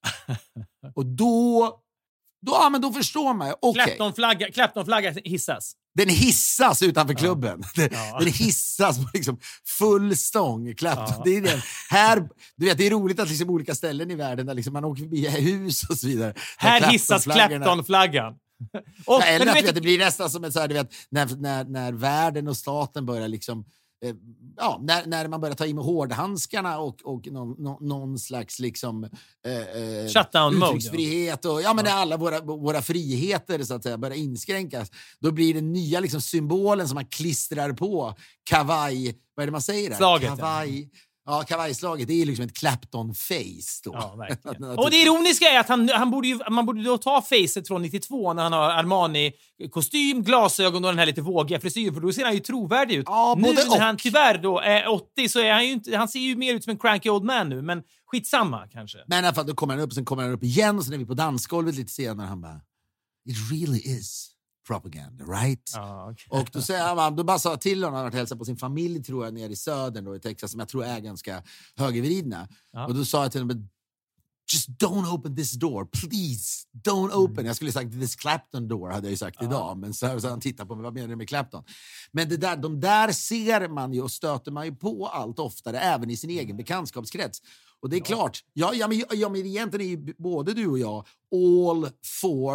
B: Och då då, ja, men då förstår man ju. Okay.
A: Clapton-flagga, Clapton-flagga hissas.
B: Den hissas utanför klubben. Ja. Ja. Den hissas på liksom full stång. Clapton. Ja. Det är den. Här, du vet, det är roligt att liksom olika ställen i världen där liksom man åker förbi hus och så vidare.
A: Här hissas Clapton-flaggan.
B: Och, ja, eller att, vet, vet, det blir nästan som ett så här, du vet, när, när, när världen och staten börjar liksom eh, ja, när, när man börjar ta in med hårdhandskarna och, och någon, någon, någon slags liksom eh,
A: shutdown
B: uttrycksfrihet och ja, men ja. alla våra, våra friheter så att säga börjar inskränkas, då blir det nya liksom symbolen som man klistrar på kavaj, vad är det man säger där?
A: Slaget.
B: Kavaj. Ja, kavajslaget, det är liksom ett Clapton-face då.
A: Ja, verkligen. Och det ironiska är att han, han borde ju, man borde då ta facet från nittiotvå när han har Armani-kostym, glasögon och den här lite vågiga frisyren, för då ser han ju trovärdig ut.
B: Ja,
A: nu när
B: och.
A: han tyvärr då är åttio så är han ju inte, han ser ju mer ut som en cranky old man nu, men skitsamma kanske.
B: Men i alla fall, då kommer han upp och sen kommer han upp igen och sen är vi på dansgolvet lite senare och han bara, it really is propaganda, right?
A: Ah, okay.
B: Och då säger han, då bara sa till honom, han har varit hälsa på sin familj tror jag nere i södern då i Texas som jag tror är ganska högervridna. Ah. Och då sa jag till honom, just don't open this door, please, don't open. Mm. Jag skulle sagt this Clapton door hade jag ju sagt ah. idag, men så, så han tittar på mig, vad menar du med Clapton? Men det där, de där ser man ju och stöter man ju på allt oftare, även i sin egen bekantskapskrets. Och det är ja. klart, ja, ja, men, ja, men egentligen är ju både du och jag all for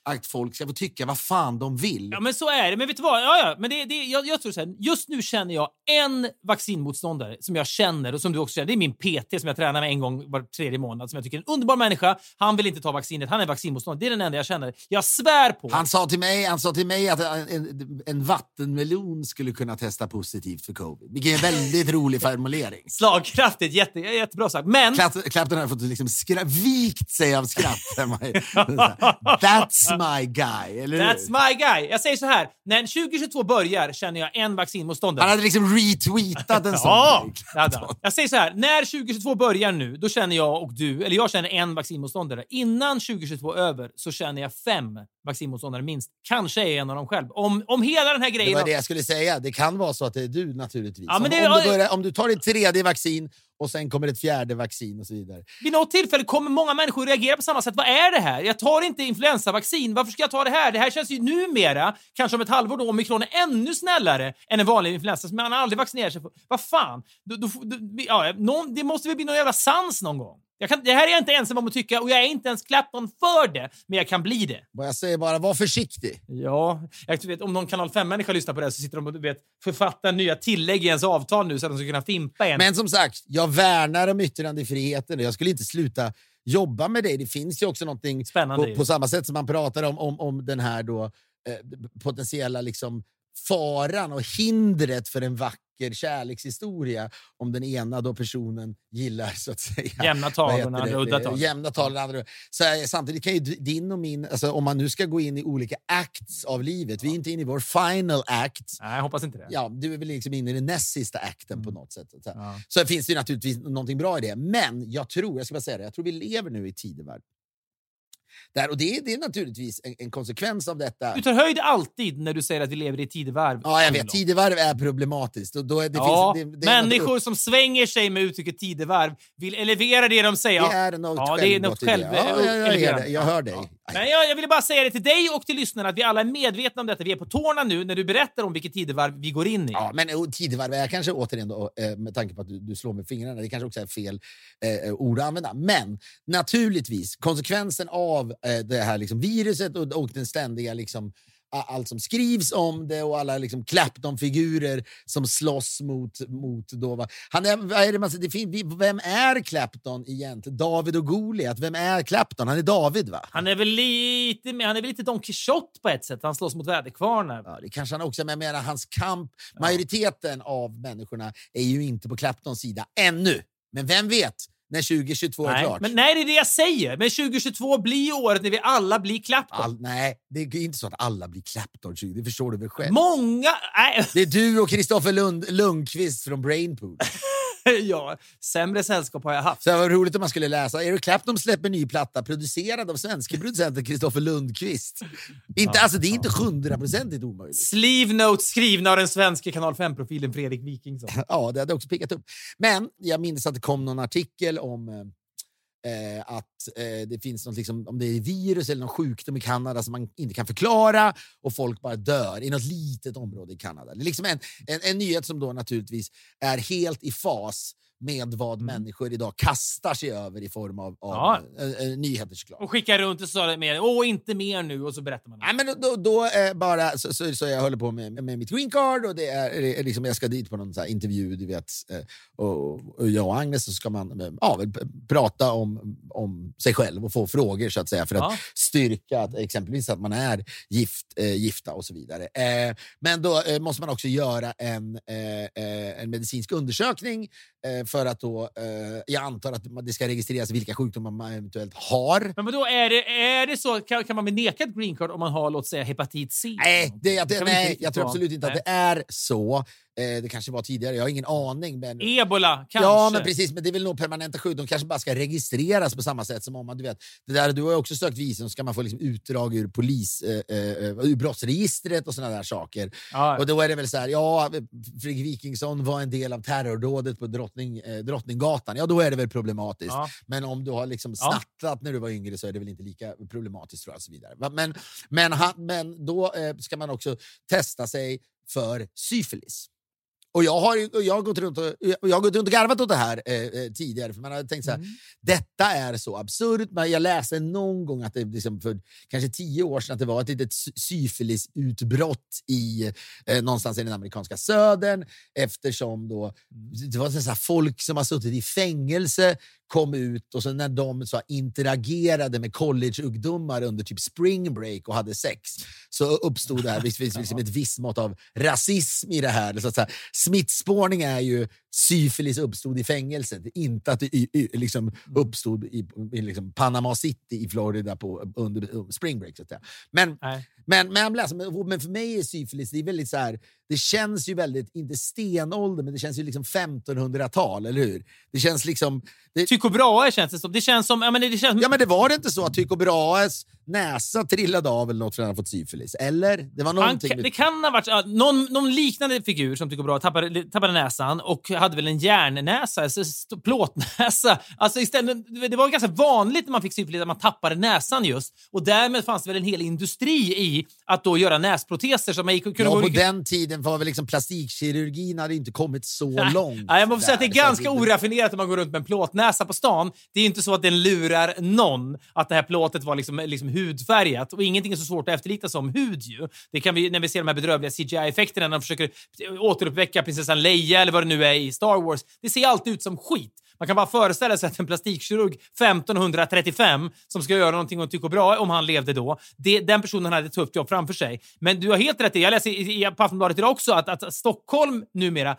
B: att folk ska få tycka vad fan de vill.
A: Ja, men så är det. Men vet du vad? Ja, ja. Men det, det, jag, jag tror så här, just nu känner jag en vaccinmotståndare som jag känner och som du också känner. Det är min P T som jag tränar med en gång var tredje månad som jag tycker är en underbar människa. Han vill inte ta vaccinet. Han är vaccinmotståndare. Det är den enda jag känner. Jag svär på.
B: Han sa till mig, han sa till mig att en, en vattenmelon skulle kunna testa positivt för covid. Vilken är en väldigt rolig formulering.
A: Slagkraftigt. Jätte, jättebra sagt. Men...
B: Clapton har fått liksom skra- vikt sig av skratt. That's my guy, eller hur?
A: That's my guy. Jag säger så här, när tjugohundratjugotvå börjar känner jag en vaccinmotståndare.
B: Han hade liksom retweetat en sån.
A: Ja, ja, jag säger så här, när tjugohundratjugotvå börjar nu, då känner jag och du, eller jag känner en vaccinmotståndare. Innan tjugohundratjugotvå är över så känner jag fem vaccinmotståndare minst. Kanske är en av dem själv. Om, om hela den här grejen...
B: Det var det jag skulle säga. Det kan vara så att det är du naturligtvis.
A: Ja, men
B: om,
A: det,
B: om, du börjar, om du tar ditt tredje vaccin och sen kommer ett fjärde vaccin och så vidare.
A: Vid något tillfälle kommer många människor reagera på samma sätt. Vad är det här? Jag tar inte influensavaccin. Varför ska jag ta det här? Det här känns ju numera, kanske om ett halvår då, omikron är ännu snällare än en vanlig influensa som man aldrig vaccinerar sig för. Vad fan? Då, då, då, ja, någon, det måste väl bli någon jävla sans någon gång. Jag kan, det här är jag inte ensam om att tycka och jag är inte ens Clapton för det, men jag kan bli det.
B: Jag säger bara, var försiktig.
A: Ja, jag vet, om någon kanal fem-människa lyssnar på det så sitter de och du vet, författar nya tillägg i ens avtal nu så att de ska kunna fimpa en.
B: Men som sagt, jag värnar om yttrandefriheten och jag skulle inte sluta jobba med det. Det finns ju också någonting
A: spännande
B: på, på samma sätt som man pratar om, om, om den här då, eh, potentiella liksom faran och hindret för en vacker kärlekshistoria om den ena då personen gillar så att säga
A: jämna tavlorna, udda tavlorna.
B: Jämna tavlorna. Så här, samtidigt kan ju din och min, alltså, om man nu ska gå in i olika acts av livet, vi är inte inne i vår final act.
A: Nej, jag hoppas inte det.
B: Ja, du är väl liksom inne i den näst sista akten mm. på något sätt. Så,
A: ja.
B: så finns det ju naturligtvis någonting bra i det. Men jag tror, jag ska bara säga det, jag tror vi lever nu i tidevarv. Där, och det är, det är naturligtvis en, en konsekvens av detta.
A: Du tar höjd alltid när du säger att vi lever i tidevarv.
B: Ja, jag vet. Tidevarv är problematiskt. Och då är det
A: ja,
B: finns, det, det
A: människor något... som svänger sig med uttrycket tidevarv vill elevera det de säger.
B: Det är något
A: ja, det är något själv.
B: Ja, jag, jag, jag, jag hör dig. Ja.
A: Men jag, jag vill bara säga det till dig och till lyssnarna att vi alla är medvetna om detta. Vi är på tårna nu när du berättar om vilket tidevarv vi går in i.
B: Ja, men tidevarv är kanske återigen då, med tanke på att du, du slår med fingrarna, det kanske också är fel eh, ord att använda. Men naturligtvis, konsekvensen av eh, det här liksom, viruset och, och den ständiga liksom, allt som skrivs om det och alla liksom Clapton-figurer som slåss mot, mot då, va? Han är, vad är det man säger, det fin, vem är Clapton egentligen? David och Goliat, vem är Clapton? Han är David, va?
A: Han är väl lite, han är väl lite Don Quixote på ett sätt. Han slåss mot väderkvarnar.
B: Ja, det kanske han också, men jag menar hans kamp, ja. Majoriteten av människorna är ju inte på Claptons sida ännu. Men vem vet? När tjugohundratjugotvå
A: nej,
B: är klart.
A: Men nej, det är det jag säger. Men tjugohundratjugotvå blir året när vi alla blir Clapton.
B: All, nej, det är inte så att alla blir Clapton. Det förstår du väl själv?
A: Många... Nej.
B: Det är du och Kristoffer Lund, Lundqvist från Brainpool.
A: Ja, sämre sällskap har jag haft.
B: Så det var roligt om man skulle läsa. Eric Clapton släpper ny platta producerad av svenska producenten Kristoffer Lundqvist. Inte, ja, alltså, det är inte hundraprocentigt omöjligt. Sleeve
A: notes skrivna av den svenska kanal fem-profilen Fredrik Wikingsson.
B: Ja, det hade också pickat upp. Men jag minns att det kom någon artikel om eh, att eh, det finns något, liksom, om det är virus eller någon sjukdom i Kanada som man inte kan förklara och folk bara dör i något litet område i Kanada. Det är liksom en, en, en nyhet som då naturligtvis är helt i fas med vad mm. människor idag kastar sig över i form av, av ja. äh, äh, nyheter såklart.
A: Och skickar runt och sa det med, åh inte mer nu, och så berättar man.
B: Nej, men då, då äh, bara så, så, så jag håller på med, med mitt green card och det är, är liksom, jag ska dit på någon så här intervju, du vet, äh, och, och jag och Agnes så ska man äh, ja, väl, prata om, om sig själv och få frågor så att säga för ja. att styrka att, exempelvis att man är gift, äh, gifta och så vidare. Äh, men då äh, måste man också göra en, äh, en medicinsk undersökning äh, för att då, eh, jag antar att det ska registreras vilka sjukdomar man eventuellt har.
A: Men då är det, är det så, kan, kan man bli nekad green card om man har, låt säga, hepatit C?
B: Nej, det, det, det nej jag tror absolut inte
A: nej.
B: att det är så. Eh, det kanske var tidigare, jag har ingen aning. Men...
A: Ebola, kanske.
B: Ja, men precis, men det är väl nog permanenta sjukdom. De kanske bara ska registreras på samma sätt som om man, du vet, det där, du har ju också sökt visum, så ska man få liksom utdrag ur polis, eh, eh, ur brottsregistret och såna där saker. Ja. Och då är det väl så här, ja, Fredrik Wikingsson var en del av terrordådet på Drottning, eh, Drottninggatan. Ja, då är det väl problematiskt. Ja. Men om du har liksom snattat ja. när du var yngre så är det väl inte lika problematiskt, tror jag, och så vidare. Men, men, men då eh, ska man också testa sig för syfilis. Och jag har, jag har gått runt och, jag har gått runt och garvat åt det här eh, tidigare. För man hade tänkt så här, mm. detta är så absurt. Men jag läste någon gång att det liksom för kanske tio år sedan att det var ett litet syfilisutbrott i eh, någonstans i den amerikanska södern. Eftersom då, det var så här folk som har suttit i fängelse kom ut och så när de så interagerade med college-ungdomar under typ spring break och hade sex så uppstod det här liksom ett visst mått av rasism i det här. Så att säga, smittspårning är ju syfilis uppstod i fängelset, inte att det i, i, liksom uppstod i, i liksom Panama City i Florida på, under spring break. Så att säga. Men, men, men, men för mig är syfilis, det är väldigt så här, det känns ju väldigt, inte stenålder, men det känns ju liksom femtonhundratal, eller hur? Det känns liksom... Det...
A: Tycho Brahe känns det som. Det känns som... Ja, men det, känns...
B: ja, men det var det inte så att Tycho Brahes näsa trillade av eller något för att han fått syfilis. Eller? Det var någonting...
A: Han, det kan ha varit ja, någon, någon liknande figur som Tycho Brahe tappade, tappade näsan och hade väl en järnnäsa, alltså plåtnäsa. Alltså istället, det var ganska vanligt när man fick syfilis att man tappade näsan just. Och därmed fanns det väl en hel industri i att då göra näsproteser. Så man kunde
B: ja,
A: gå...
B: på den tiden var väl liksom plastikkirurgin hade inte kommit så
A: Nej.
B: långt.
A: Nej, jag måste säga att det är ganska
B: det...
A: oraffinerat att man går runt med en plåtnäsa på stan. Det är inte så att den lurar någon att det här plåtet var liksom, liksom hudfärgat. Och ingenting är så svårt att efterlikna som hud ju. Det kan vi, när vi ser de här bedrövliga C G I-effekterna när de försöker återuppväcka prinsessan Leia eller vad det nu är i Star Wars. Det ser alltid ut som skit. Man kan bara föreställa sig att en plastikkirurg femtonhundratrettiofem som ska göra någonting och tycker bra om han levde då, det, den personen hade ett tufft jobb framför sig. Men du har helt rätt i, jag läser i, i Aftonbladet idag också att, att Stockholm numera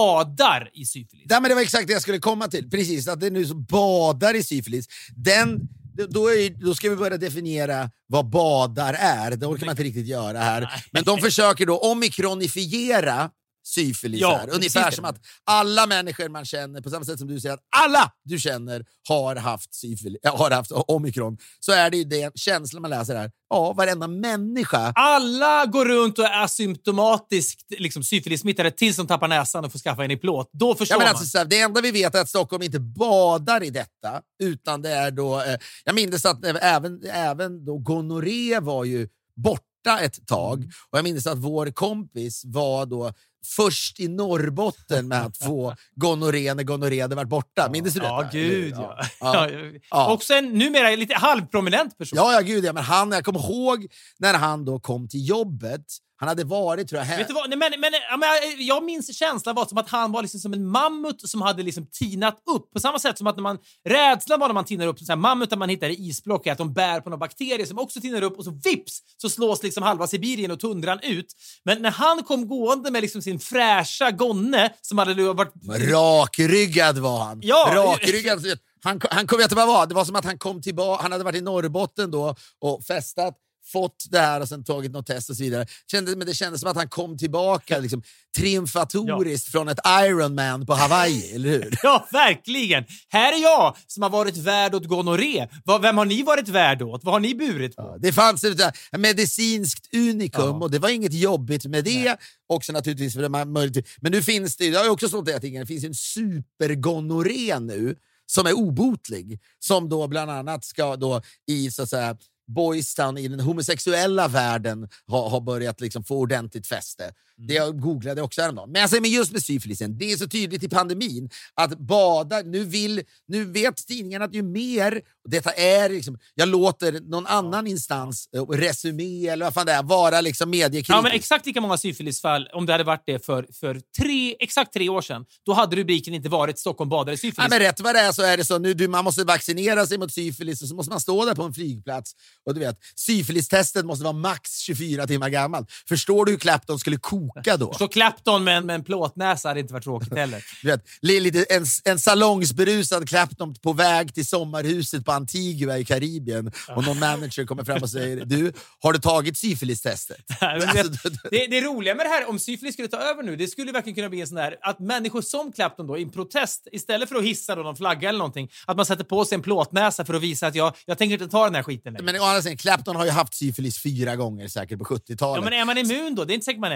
A: badar i syfilis.
B: Ja, men det var exakt det jag skulle komma till. Precis, att det nu så badar i syfilis. Den... Då, är, då ska vi börja definiera vad badar är. Det orkar man inte riktigt göra här. Men de försöker då omikronifiera syfilis ja, här. Ungefär som att alla människor man känner, på samma sätt som du säger att alla du känner har haft syfilis, har haft omikron, så är det ju det känslan man läser här. Ja, varenda människa.
A: Alla går runt och är asymptomatiskt liksom syfilis-smittade tills de tappar näsan och får skaffa en i plåt. Då förstår ja, men alltså,
B: man. Så här, det enda vi vet är att Stockholm inte badar i detta, utan det är då... Eh, jag minns att eh, även, även då gonorré var ju borta ett tag. Och jag minns att vår kompis var då först i Norrbotten med att få gonorré när gonorré hade varit borta. Minns du det?
A: Ja, gud, ja.
B: ja.
A: ja. ja. Och sen numera lite halvprominent person.
B: Ja, ja, gud, ja. Men han, jag kommer ihåg när han då kom till jobbet. Han hade varit, tror jag, här.
A: Vet du vad? Nej, men, men, men, jag minns känslan var som att han var liksom som en mammut som hade liksom tinat upp. På samma sätt som att när man... Rädslan var när man tinar upp så här mammut, där man hittar isblock, att de bär på några bakterier som också tinar upp och så vips så slås liksom halva Sibirien och tundran ut. Men när han kom gående med liksom sin fräscha gonne som hade varit...
B: Rakryggad var han.
A: Ja.
B: Rakryggad. Han, han kom, vet du vad det var? Det var som att han kom tillbaka. Han hade varit i Norrbotten då och festat. Fått det här och sen tagit något test och så vidare. Kände, men det kändes som att han kom tillbaka liksom, triumfatoriskt ja. från ett Ironman på Hawaii, eller hur?
A: Ja, verkligen. Här är jag som har varit värd åt gonorré. Vem har ni varit värd åt? Vad har ni burit på?
B: Ja, det fanns ett medicinskt unikum ja. och det var inget jobbigt med det. Nej. Också naturligtvis för det man möjligt. Men nu finns det, jag har också stått det det finns en supergonorré nu som är obotlig. Som då bland annat ska då i så att säga Boys Town i den homosexuella världen har, har börjat liksom få ordentligt fäste. Mm. Det jag googlade också häromdagen. Men, alltså, men just med syfilisen, det är så tydligt i pandemin att bada, nu vill, nu vet tidningarna att ju mer, och detta är liksom, jag låter någon annan instans, resumé eller vad fan det är, vara liksom mediekritisk.
A: Ja, men exakt lika många syfilisfall, om det hade varit det för, för tre, exakt tre år sedan, då hade rubriken inte varit Stockholm badar i syfilis.
B: Ja, men rätt vad det är så är det så, nu du, man måste vaccinera sig mot syfilis och så måste man stå där på en flygplats. Och du vet, syfilistestet måste vara max tjugofyra timmar gammalt. Förstår du hur Clapton skulle koka då?
A: Förstår Clapton med en, med en plåtnäsa hade inte varit tråkigt heller.
B: Du vet, lite, en, en salongsberusad Clapton på väg till sommarhuset på Antigua i Karibien och någon manager kommer fram och säger, du, har du tagit syfilistestet?
A: Alltså, det, det roliga med det här, om syfilis skulle ta över nu, det skulle verkligen kunna bli en sån där, att människor som Clapton då, i en protest, istället för att hissa då någon flagga eller någonting, att man sätter på sig en plåtnäsa för att visa att jag, jag tänker inte ta den här skiten längre.
B: Men å andra sidan, Clapton har ju haft syfilis fyra gånger säkert på sjuttiotalet.
A: Ja, men är man immun då? Det är inte säkert man är.
B: Nej, det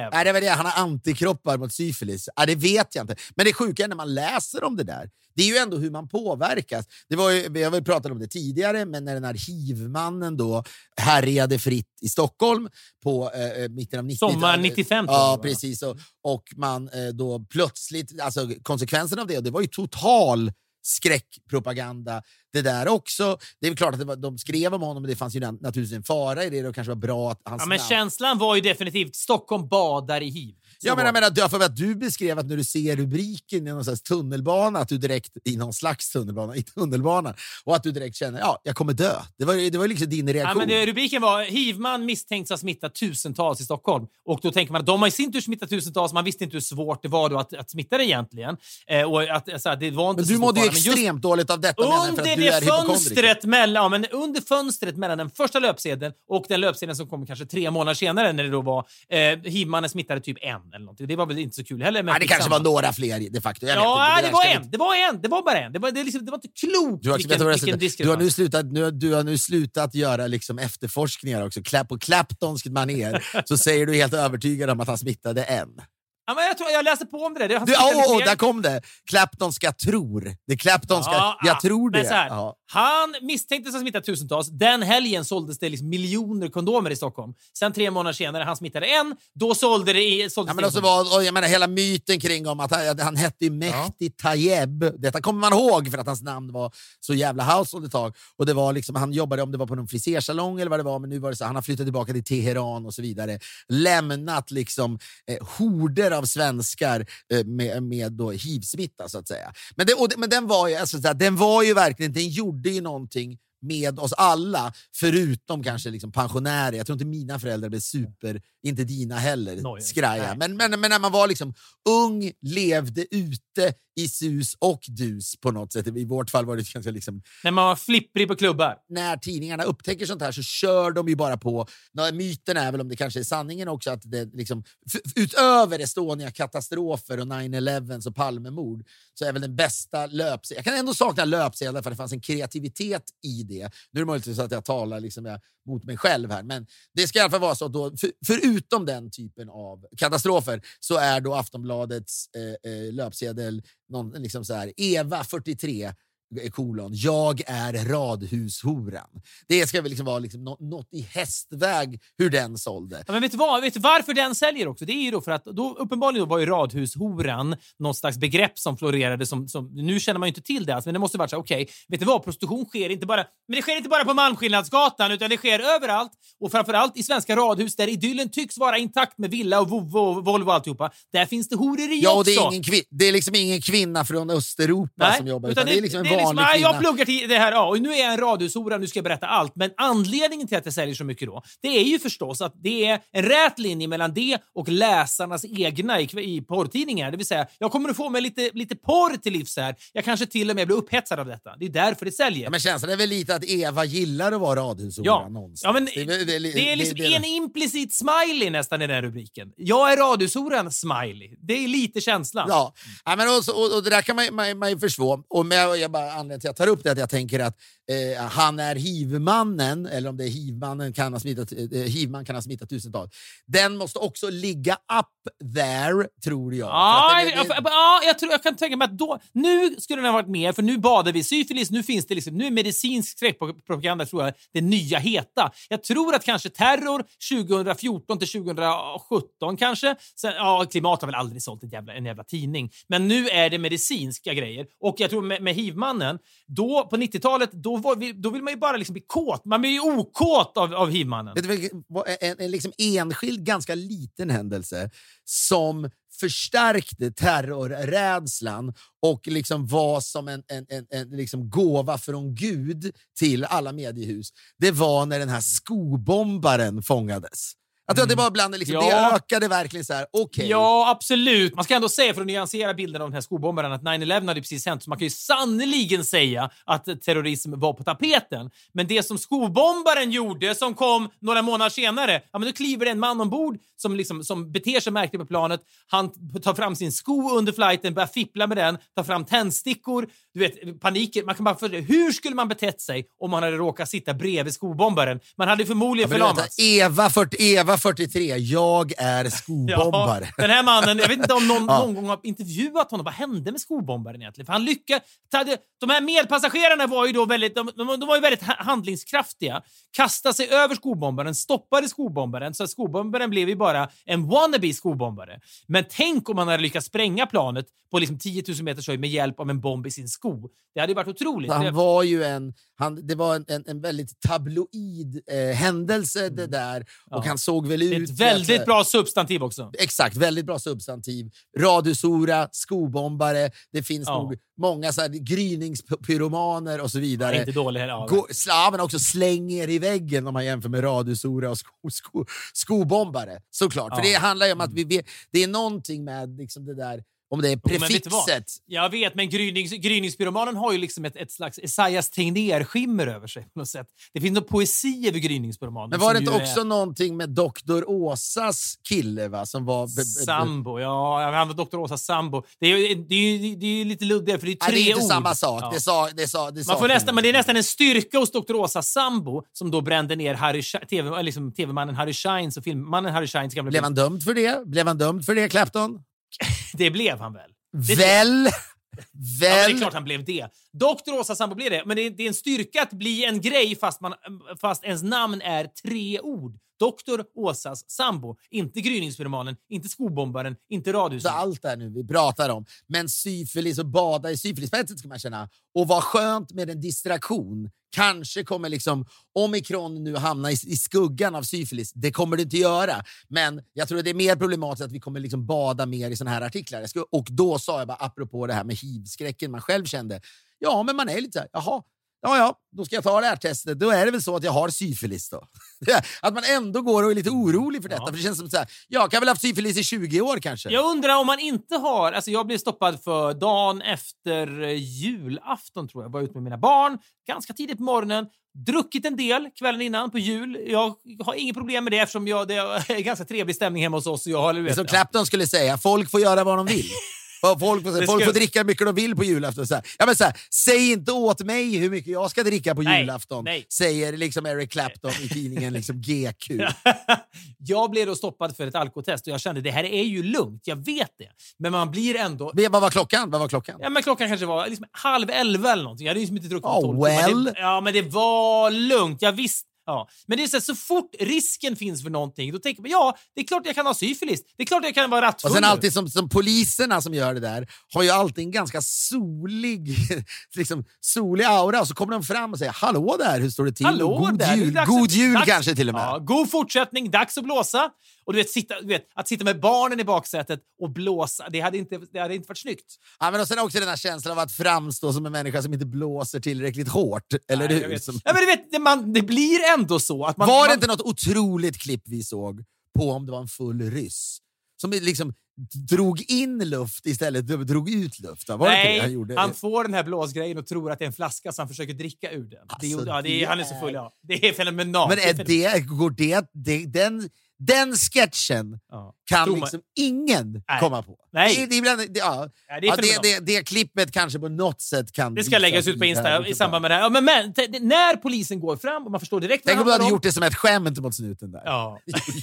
B: det är, han har antikroppar mot syfilis. Ja, det vet jag inte. Men det sjuka är när man läser om det där. Det är ju ändå hur man påverkas. Det var ju, vi har väl pratat om det tidigare, men när den här hivmannen då härjade fritt i Stockholm på eh, mitten av nittiotalet.
A: Sommar nittiofem.
B: Ja, precis. Och, och man eh, då plötsligt, alltså konsekvensen av det, och det var ju total skräckpropaganda det där också. Det är klart att det var, de skrev om honom, men det fanns ju naturligtvis en fara i det, och kanske var bra att hans
A: ja, men
B: namn...
A: känslan var ju definitivt Stockholm badar i hiv. Så
B: jag menar, menar för att du beskrev att när du ser rubriken i någon slags tunnelbana, att du direkt i någon slags tunnelbana, i tunnelbanan, och att du direkt känner, ja, jag kommer dö. Det var, det var liksom din reaktion.
A: Ja, men det, rubriken var, hivman misstänks ha smittat tusentals i Stockholm. Och då tänker man att de har i sin tur smittat tusentals, man visste inte hur svårt det var då att, att smitta det egentligen. Eh, och att, så här, det var inte
B: men du
A: så
B: mådde ju
A: just
B: extremt dåligt av detta.
A: Under det, det fönstret mellan, ja, men under fönstret mellan den första löpsedeln och den löpsedeln som kom kanske tre månader senare, när det då var eh, hivmannen smittade typ en eller någonting. Det var väl inte så kul heller. Men
B: ja, det kanske var några fler de facto. Jag
A: ja,
B: vet, det,
A: det, var en. det var en. Det var bara en. Det var, det liksom, det var inte klokt.
B: Du har,
A: vilken, vilken
B: du har nu slutat, nu, du har nu slutat göra liksom efterforskningar också. Klapp på Claptonskt manér så säger du helt övertygad om att han smittade en.
A: Ja, men jag, tror, jag läste på om det där. Det
B: du, oh, oh, där kom det. Claptonska tror. Det Claptonska, ja, jag tror det.
A: Så här, han misstänktes ha smittat tusentals. Den helgen såldes det liksom miljoner kondomer i Stockholm. Sen tre månader senare, han smittade en. Då sålde det i... Såldes
B: ja, men också var, och jag menar, hela myten kring om att han, han hette ju Mehdi ja. Tayeb. Detta kommer man ihåg för att hans namn var så jävla household ett tag. Och det var liksom, han jobbade, om det var på någon frisersalong eller vad det var, men nu var det så, han har flyttat tillbaka till Teheran och så vidare. Lämnat liksom eh, horder av svenskar eh, med, med då hiv-smitta så att säga. Men, det, och det, men den var ju alltså, den var ju verkligen, den gjorde ju någonting med oss alla, förutom kanske liksom pensionärer. Jag tror inte mina föräldrar blev super, inte dina heller, no, skraja. Men, men, men när man var liksom ung, levde ute i sus och dus på något sätt. I vårt fall var det ganska liksom...
A: När man var flipprig på klubbar.
B: När tidningarna upptäcker sånt här så kör de ju bara på... Myten är väl, om det kanske är sanningen också, att det liksom... Utöver Estonia-katastrofer och nine eleven och Palmemord så är väl den bästa löpsedeln... Jag kan ändå sakna löpsedeln för det fanns en kreativitet i det. Nu är det möjligt att jag talar liksom jag, mot mig själv här, men det ska i alla fall vara så att då, för, förutom den typen av katastrofer så är då Aftonbladets eh, eh, löpsedel någon, liksom så här, Eva fyrtiotre kolon, jag är radhushoran. Det ska väl liksom vara liksom något, något i hästväg hur den sålde.
A: Ja, men vet du vad? Vet du varför den säljer också? Det är ju då för att då, uppenbarligen då var ju radhushoran någon slags begrepp som florerade som, som nu känner man ju inte till det alltså, men det måste vara så okej, okay, vet du vad? Prostitution sker inte bara, men det sker inte bara på Malmskillnadsgatan utan det sker överallt och framförallt i svenska radhus där idyllen tycks vara intakt med villa och Volvo och Volvo och alltihopa. Där finns det horeri
B: ja, och
A: också.
B: Det är, ingen kvin- det är liksom ingen kvinna från Östeuropa Nej, som jobbar utan, utan det, det är liksom en
A: det är
B: vanlig
A: liksom,
B: kvinna.
A: Jag pluggar till det här, ja, och nu är jag en radhushora, nu ska jag berätta allt. Men anledningen till att det säljer så mycket då, det är ju förstås att det är en rät linje mellan det och läsarnas egna i, i porrtidningar. Det vill säga, jag kommer att få mig lite, lite porr till livs här. Jag kanske till och med blir upphetsad av detta. Det är därför det säljer.
B: Ja, men känslan är väl lite att Eva gillar att vara radhushora
A: ja.
B: någonstans.
A: Ja, men
B: det, är, det,
A: det, det är liksom
B: det, det,
A: en implicit smiley nästan i den här rubriken. Jag är radhushoran smiley. Det är lite känslan.
B: Ja, ja men och, och, och det där kan man, man, man ju förstå. Och med, jag bara anledningen till att jag tar upp det att jag tänker att eh, han är hivmannen, eller om det är hivmannen kan ha smittat, eh, hivman kan ha smittat tusentals. Den måste också ligga up there, tror jag.
A: Ja,
B: det, det,
A: jag, ja jag, tror, jag kan tänka mig att då, nu skulle den ha varit med, för nu badar vi syfilis, nu finns det liksom, nu är medicinsk skräckpropaganda tror jag det nya heta. Jag tror att kanske terror tjugofjorton till tjugosjutton kanske, sen, ja, klimat har väl aldrig sålt ett jävla, en jävla tidning, men nu är det medicinska grejer, och jag tror med, med hivmannen, då på nittiotalet, då, var vi, då vill man ju bara liksom bli kåt. Man blir ju okåt av, av hivmannen.
B: Det var en, en liksom enskild, ganska liten händelse som förstärkte terrorrädslan och liksom var som en, en, en, en liksom gåva från Gud till alla mediehus. Det var när den här skobombaren fångades. Jag tror mm. att det var bland liksom, ja. det ökade verkligen så här, okej. Okay.
A: Ja, absolut. Man ska ändå säga, för att nyansera bilden av den här skobombaren, att nine eleven hade precis hänt, så man kan ju sannoliken säga att terrorism var på tapeten. Men det som skobombaren gjorde, som kom några månader senare, ja men då kliver det en man ombord som, liksom, som beter sig märkligt på planet. Han tar fram sin sko under flighten, börjar fippla med den, tar fram tändstickor. Du vet, paniken. Man kan bara fundera, hur skulle man betett sig om man hade råkat sitta bredvid skobombaren? Man hade förmodligen
B: ja,
A: förlamats.
B: Eva, för, Eva elva fyrtiotre, jag är skobombare.
A: Ja, den här mannen, jag vet inte om någon, ja. någon gång har intervjuat honom. Vad hände med skobombaren egentligen? För han lyckades... De här medpassagerarna var ju då väldigt, de, de, de var ju väldigt handlingskraftiga. Kastade sig över skobombaren, stoppade skobombaren. Så att skobombaren blev ju bara en wannabe skobombare. Men tänk om man hade lyckats spränga planet på liksom tio tusen meters höjd med hjälp av en bomb i sin sko. Det hade ju varit otroligt.
B: Han var ju en... Han, det var en, en, en väldigt tabloid eh, händelse det där. Och ja. han såg väl ut...
A: Det är ett väldigt att, bra substantiv också.
B: Exakt, väldigt bra substantiv. Radiosora, skobombare. Det finns ja. nog många så här gryningspyromaner och så vidare.
A: Ja, inte dålig heller. Ja,
B: Gå, ja, men också slänger i väggen om man jämför med radiosora och sko, sko, skobombare. Såklart. Ja. För det handlar ju om att vi vet, det är någonting med liksom det där... Om det är prefixet.
A: Jag vet, men grynings, gryningspyromanen har ju liksom ett, ett slags Esaias Tegnér-skimmer över sig på något sätt. Det finns någon poesi över gryningspyromanen.
B: Men var det inte också är... någonting med doktor Åsas kille, va? Som var...
A: Sambo, ja. Han var doktor Åsas sambo. Det är ju det är, det är lite luddigt, för det är tre ord.
B: Nej, det är inte
A: ord.
B: samma sak.
A: Ja.
B: Det sa, det sa, det
A: Man får nästan, men det är nästan en styrka hos doktor Åsas sambo som då brände ner Harry, T V, liksom, tv-mannen Harry Shines och filmmannen Harry Shines gamla...
B: Blev han dömd för det? Blev han dömd för det, Clapton?
A: Det blev han väl. Det
B: väl?
A: Väl? Ja, det är klart han blev det. doktor Åsa sambo blev det. Men det är, det är en styrka att bli en grej fast, man, fast ens namn är tre ord. doktor Åsas sambo. Inte gryningspyromanen, inte skobombaren, inte radhuset.
B: Så allt är nu vi pratar om. Men syfilis och bada i syfilis på ett sätt ska man känna. Och vad skönt med en distraktion. Kanske kommer liksom omikron nu hamna i, i skuggan av syfilis. Det kommer det inte göra. Men jag tror att det är mer problematiskt att vi kommer liksom bada mer i såna här artiklar. Ska, och då sa jag bara, apropå det här med hiv-skräcken man själv kände. Ja, men man är lite så här, jaha. Ja, ja, då ska jag ta det här testet. Då är det väl så att jag har syfilis då. Att man ändå går och är lite orolig för detta. Ja. För det känns som så här, jag kan väl ha haft syfilis i tjugo år kanske.
A: Jag undrar om man inte har... Alltså jag blev stoppad för dagen efter julafton tror jag. Jag var ute med mina barn ganska tidigt på morgonen. Druckit en del kvällen innan på jul. Jag har inget problem med det eftersom jag, det är ganska trevlig stämning hemma hos oss. Och jag har,
B: det som Clapton skulle säga, folk får göra vad de vill. Folk, får, folk får dricka mycket de vill på julafton. Så här. Ja, men så här, säg inte åt mig hur mycket jag ska dricka på nej, julafton. Nej. Säger liksom Eric Clapton i tidningen liksom G Q.
A: Jag blev då stoppad för ett alkotest och jag kände det här är ju lugnt. Jag vet det. Men man blir ändå...
B: Vad var klockan? Vad var klockan?
A: Ja, men klockan kanske var liksom halv elva eller någonting. Jag hade liksom inte druckit
B: oh,
A: tolv.
B: Well.
A: Det, ja, men det var lugnt. Jag visste. Ja, men det är så, så fort risken finns för någonting, då tänker man, ja, det är klart jag kan ha syfilis. Det är klart jag kan vara rattfull.
B: Och sen alltid som, som poliserna som gör det där har ju alltid en ganska solig liksom solig aura och så kommer de fram och säger, hallå där, hur står det till?
A: Hallå
B: god
A: där,
B: jul,
A: dags,
B: god jul
A: dags,
B: kanske till och med.
A: Ja, god fortsättning, dags att blåsa. Och du vet, sitta, du vet, att sitta med barnen i baksätet och blåsa, det hade inte, det hade inte varit snyggt.
B: Ja, men och sen också den här känslan av att framstå som en människa som inte blåser tillräckligt hårt. Eller
A: Nej,
B: hur? Som...
A: Ja, men du vet, det, man, det blir ändå så. Att man,
B: var det
A: man...
B: inte något otroligt klipp vi såg på om det var en full ryss? Som liksom drog in luft istället för drog ut luft. Var
A: Nej,
B: det det han gjorde?
A: Han får den här blåsgrejen och tror att det är en flaska så han försöker dricka ur den. Alltså, det, ja, det är, det är, han är så full, ja. Det är fenomenalt.
B: Men är
A: det,
B: det, går det, det den... Den sketchen ja. kan man... liksom ingen Nej. komma på.
A: Nej.
B: Det, det, ibland, det, ja.
A: Ja, det, är
B: ja, det, det, det klippet kanske på något sätt kan...
A: Det ska läggas ut på Insta i samband med det här. Ja, men, men t- när polisen går fram och man förstår direkt...
B: Tänk om du hade gjort det som ett skämt mot snuten där.
A: Ja,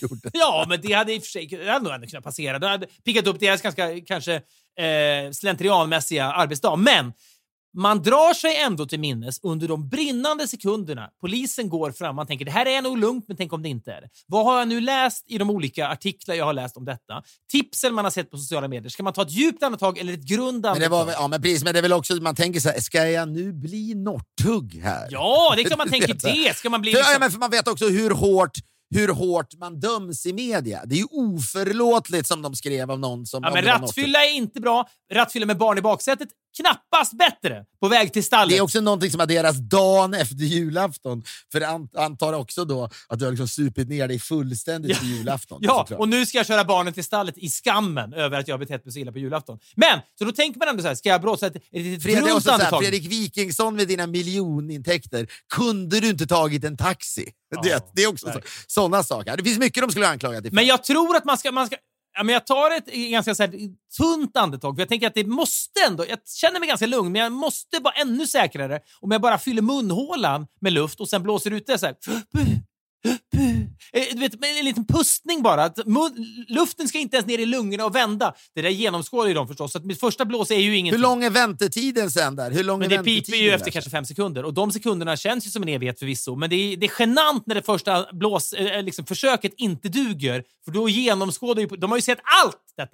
A: ja men det hade i och för sig det hade nog ändå kunnat passera. Det hade pickat upp deras ganska kanske eh, slentrianmässiga arbetsdag. Men man drar sig ändå till minnes under de brinnande sekunderna. Polisen går fram. Man tänker, det här är nog lugnt, men tänk om det inte är det. Vad har jag nu läst i de olika artiklar jag har läst om detta? Tipsen man har sett på sociala medier. Ska man ta ett djupt andetag eller ett grundandetag?
B: Men det var, ja, men precis. Men det är väl också, man tänker så här, ska jag nu bli Northug här?
A: Ja, det är klart man tänker det. Ska man bli...
B: För,
A: liksom...
B: ja, men för man vet också hur hårt hur hårt man döms i media. Det är ju oförlåtligt som de skrev om någon som...
A: Ja, men rattfylla är inte bra. Rattfylla med barn i baksätet, knappast bättre. På väg till stallet.
B: Det är också någonting som adderas dagen efter julafton. För det antar också då att du har liksom supit ner dig fullständigt ja. till julafton.
A: Ja, och nu ska jag köra barnen till stallet i skammen över att jag har betett mig så illa på julafton. Men, så då tänker man ändå så här, ska jag blåsa ett, ett
B: Fredrik, så här, Fredrik Wikingsson med dina miljonintäkter, kunde du inte tagit en taxi? Ja, det, det är också så, sådana saker. Det finns mycket de skulle anklaga dig för.
A: Men jag tror att man ska... Man ska ja, men jag tar ett ganska så här, tunt andetag. För jag tänker att det måste ändå... Jag känner mig ganska lugn, men jag måste vara ännu säkrare om jag bara fyller munhålan med luft och sen blåser ut det så här... Du vet, en liten pustning bara. Att luften ska inte ens ner i lungorna och vända. Det där genomskådar ju de förstås. Så att mitt första blås är ju ingenting.
B: Hur lång är väntetiden sen där? Hur lång
A: men
B: är
A: det piper ju efter kanske fem sekunder. Och de sekunderna känns ju som en evighet förvisso. Men det är, det är genant när det första blås, äh, liksom, försöket inte duger. För då genomskådar ju... De har ju sett allt detta.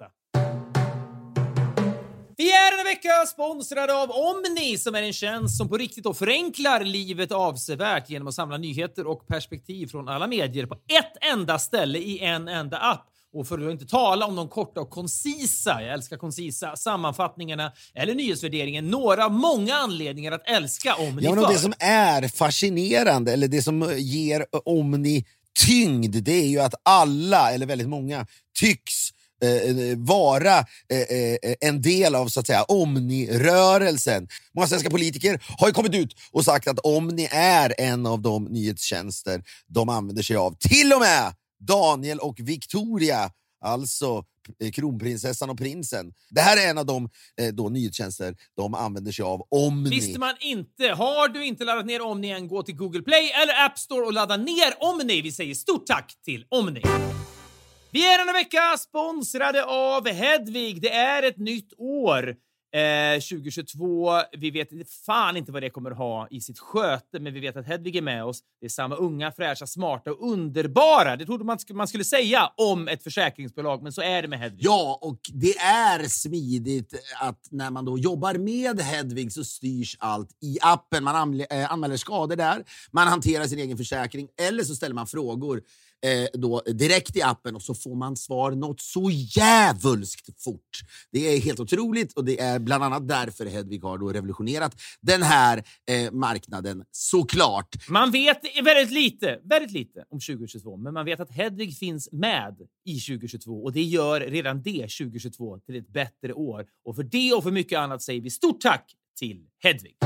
A: Vi är den här veckan sponsrade av Omni som är en tjänst som på riktigt då förenklar livet avsevärt genom att samla nyheter och perspektiv från alla medier på ett enda ställe i en enda app. Och för att inte tala om de korta och koncisa, jag älskar koncisa, sammanfattningarna eller nyhetsvärderingen, några många anledningar att älska Omni.
B: Ja, men
A: för.
B: Det som är fascinerande, eller det som ger Omni tyngd, det är ju att alla, eller väldigt många, tycks Eh, vara eh, eh, en del av så att säga Omni-rörelsen. Många svenska politiker har ju kommit ut och sagt att Omni är en av de nyhetstjänster de använder sig av. Till och med Daniel och Victoria, alltså eh, kronprinsessan och prinsen. Det här är en av de eh, då, nyhetstjänster de använder sig av. Omni.
A: Visste man inte. Har du inte laddat ner Omni än, gå till Google Play eller App Store och ladda ner Omni. Vi säger stort tack till Omni. Vi är denna vecka sponsrade av Hedvig. Det är ett nytt år. Eh, tjugohundratjugotvå. Vi vet fan inte vad det kommer att ha i sitt sköte, men vi vet att Hedvig är med oss. Det är samma unga, fräscha, smarta och underbara. Det trodde man, sk- man skulle säga om ett försäkringsbolag, men så är det med Hedvig.
B: Ja, och det är smidigt att när man då jobbar med Hedvig så styrs allt i appen. Man anmäler, äh, anmäler skador där, man hanterar sin egen försäkring eller så ställer man frågor Eh, då, direkt i appen och så får man svar något så jävulskt fort. Det är helt otroligt och det är bland annat därför Hedvig har då revolutionerat den här eh, marknaden, såklart.
A: Man vet väldigt lite, väldigt lite om tjugohundratjugotvå, men man vet att Hedvig finns med i tjugohundratjugotvå och det gör redan det tjugohundratjugotvå till ett bättre år. Och för det och för mycket annat säger vi stort tack till Hedvig.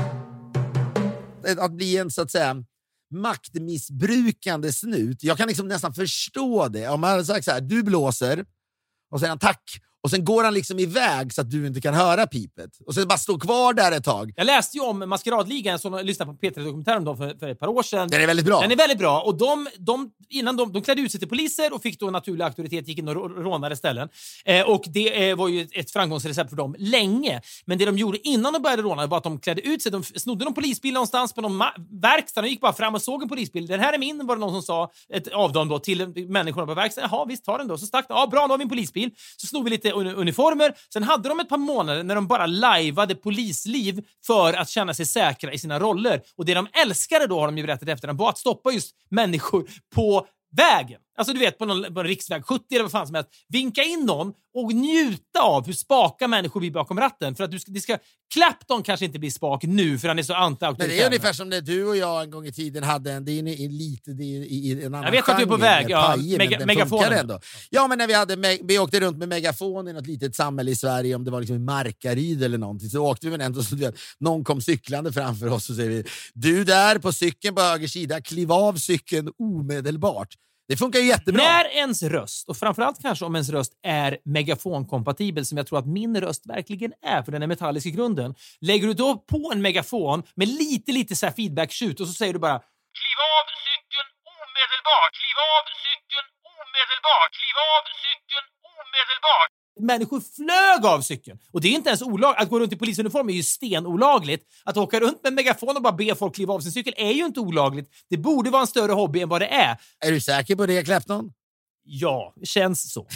B: Att bli en så att säga maktmissbrukande snut. Jag kan liksom nästan förstå det. Om man hade sagt så här, du blåser och sen tack. Och sen går han liksom iväg så att du inte kan höra pipet. Och sen bara stå kvar där ett tag.
A: Jag läste ju om Maskeradligan som jag lyssnade på P tre-dokumentären om dem för, för ett par år sedan.
B: Den är väldigt bra.
A: Den är väldigt bra. Och de, de, innan de, de klädde ut sig till poliser och fick då naturlig auktoritet, gick in och rånade ställen. Eh, och det eh, var ju ett, ett framgångsrecept för dem länge. Men det de gjorde innan de började råna var att de klädde ut sig. De snodde någon polisbil någonstans på någon ma- verkstad. De gick bara fram och såg en polisbil. Den här är min, var det någon som sa ett, av dem då, till människorna på verkstaden. Jaha, visst, ta den då. Så stack ja, bra, då har vi en polisbil. Så snod vi lite uniformer. Sen hade de ett par månader när de bara lajvade polisliv för att känna sig säkra i sina roller. Och det de älskade då, har de ju berättat efter den, var att stoppa just människor på vägen. Alltså du vet, på någon, på en riksväg sjuttio eller vad fan som helst. Vinka in någon och njuta av hur spaka människor blir bakom ratten. För att du ska, det ska, Clapton kanske inte blir spak nu för han är så anti-auktoritär.
B: Men det är ungefär som när du och jag en gång i tiden hade en, det är en, en lite, det är i en annan
A: jag vet att du är på väg, ja,
B: pajer,
A: mega, megafonen ändå.
B: Ja, men när vi hade, vi åkte runt med megafon i något litet samhälle i Sverige, om det var liksom i Markaryd eller någonting, så åkte vi med den och så vet, någon kom cyklande framför oss och säger vi, du där på cykeln på höger sida, kliv av cykeln omedelbart. Det funkar ju jättebra.
A: När ens röst, och framförallt kanske om ens röst är megafonkompatibel, som jag tror att min röst verkligen är, för den är metallisk i grunden. Lägger du då på en megafon med lite, lite så här feedback-shoot och så säger du bara kliv av cykeln omedelbart, kliv av cykeln omedelbart, kliv av cykeln omedelbart. Människor flög av cykeln. Och det är inte ens olagligt. Att gå runt i polisuniform är ju stenolagligt. Att åka runt med en megafon och bara be folk kliva av sin cykel är ju inte olagligt. Det borde vara en större hobby än vad det är.
B: Är du säker på det, Clapton?
A: Ja, känns så.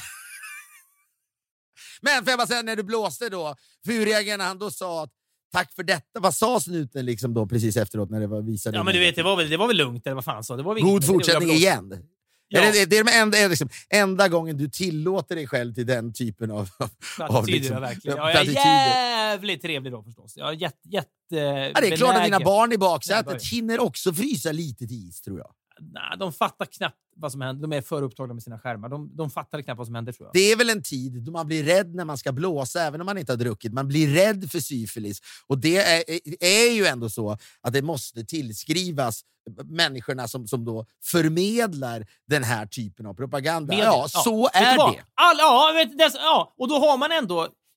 B: Men för jag bara säga, när du blåste då, furägaren han då sa att tack för detta. Vad sa snuten liksom då precis efteråt när det var visade?
A: Ja, men du vet, det var väl, det var väl lugnt eller vad fan sa. Det var
B: god fortsättning igen.
A: Ja.
B: Är det, det är de enda, är liksom, enda gången du tillåter dig själv till den typen av...
A: av liksom, verkligen. Ja, jag är jävligt trevlig då förstås. Jag är jätte, jätte ja,
B: det är klart att dina barn i baksätet hinner också frysa lite till is, tror jag.
A: Nej, de fattar knappt vad som händer. De är för upptagna med sina skärmar. De, de fattar knappt vad som händer, tror jag.
B: Det är väl en tid då man blir rädd när man ska blåsa, även om man inte har druckit. Man blir rädd för syfilis. Och det är, är ju ändå så att det måste tillskrivas människorna som, som då förmedlar den här typen av propaganda. Ja, ja, så är det.
A: All, ja, vet, dess, ja, och då har man ändå...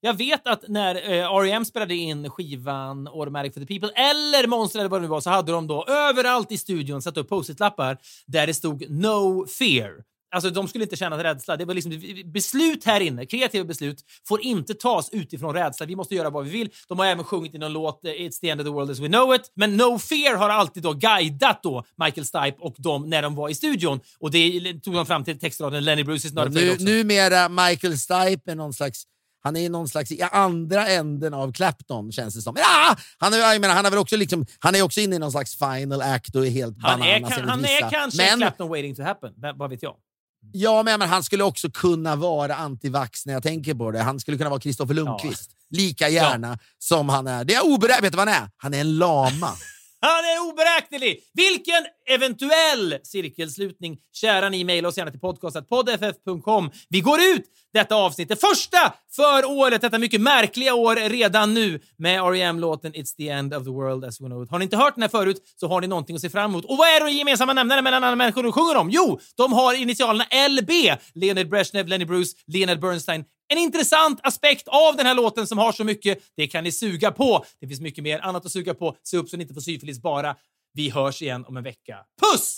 A: Jag vet att när eh, R E M spelade in skivan Automatic for the People eller Monster eller vad det nu var, så hade de då överallt i studion satt upp post-it-lappar där det stod No Fear. Alltså de skulle inte känna rädsla. Det var liksom beslut här inne, kreativa beslut får inte tas utifrån rädsla. Vi måste göra vad vi vill. De har även sjungit i någon låt It's the end of the world as we know it. Men No Fear har alltid då guidat då Michael Stipe och dem när de var i studion. Och det tog de fram till textraden Lenny Bruce is not afraid också.
B: Numera Michael Stipe är någon slags Han är någon slags i andra änden av Clapton, känns det som. Ja, han är, jag menar, han är väl också liksom, han är också inne i någon slags final act och är helt
A: han
B: bananas.
A: Är, kan, han är kanske men, Clapton waiting to happen, vad vet jag.
B: Ja, men, men han skulle också kunna vara antivax när jag tänker på det. Han skulle kunna vara Kristoffer Lundqvist. Ja. Lika gärna ja. som han är. Det är oberäkneligt. Vet du vad han är? Han är en lama.
A: Han är oberäknelig! Vilken eventuell cirkelslutning. Kära ni, mejla oss gärna till podcast podd f f punkt com. Vi går ut detta avsnitt, det första för året, detta mycket märkliga år redan nu med R E M-låten It's the end of the world as we know it. Har ni inte hört den här förut så har ni någonting att se fram emot. Och vad är det gemensamma nämnare mellan alla människor de sjunger om? Jo, de har initialerna L B. Leonid Brezhnev, Lenny Bruce, Leonard Bernstein. En intressant aspekt av den här låten som har så mycket, det kan ni suga på. Det finns mycket mer annat att suga på. Se upp så ni inte får syfilis bara. Vi hörs igen om en vecka. Puss!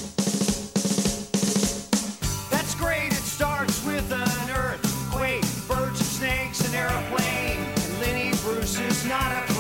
A: That's great, it starts with an earthquake, birds and snakes, an airplane, and Lenny Bruce is not a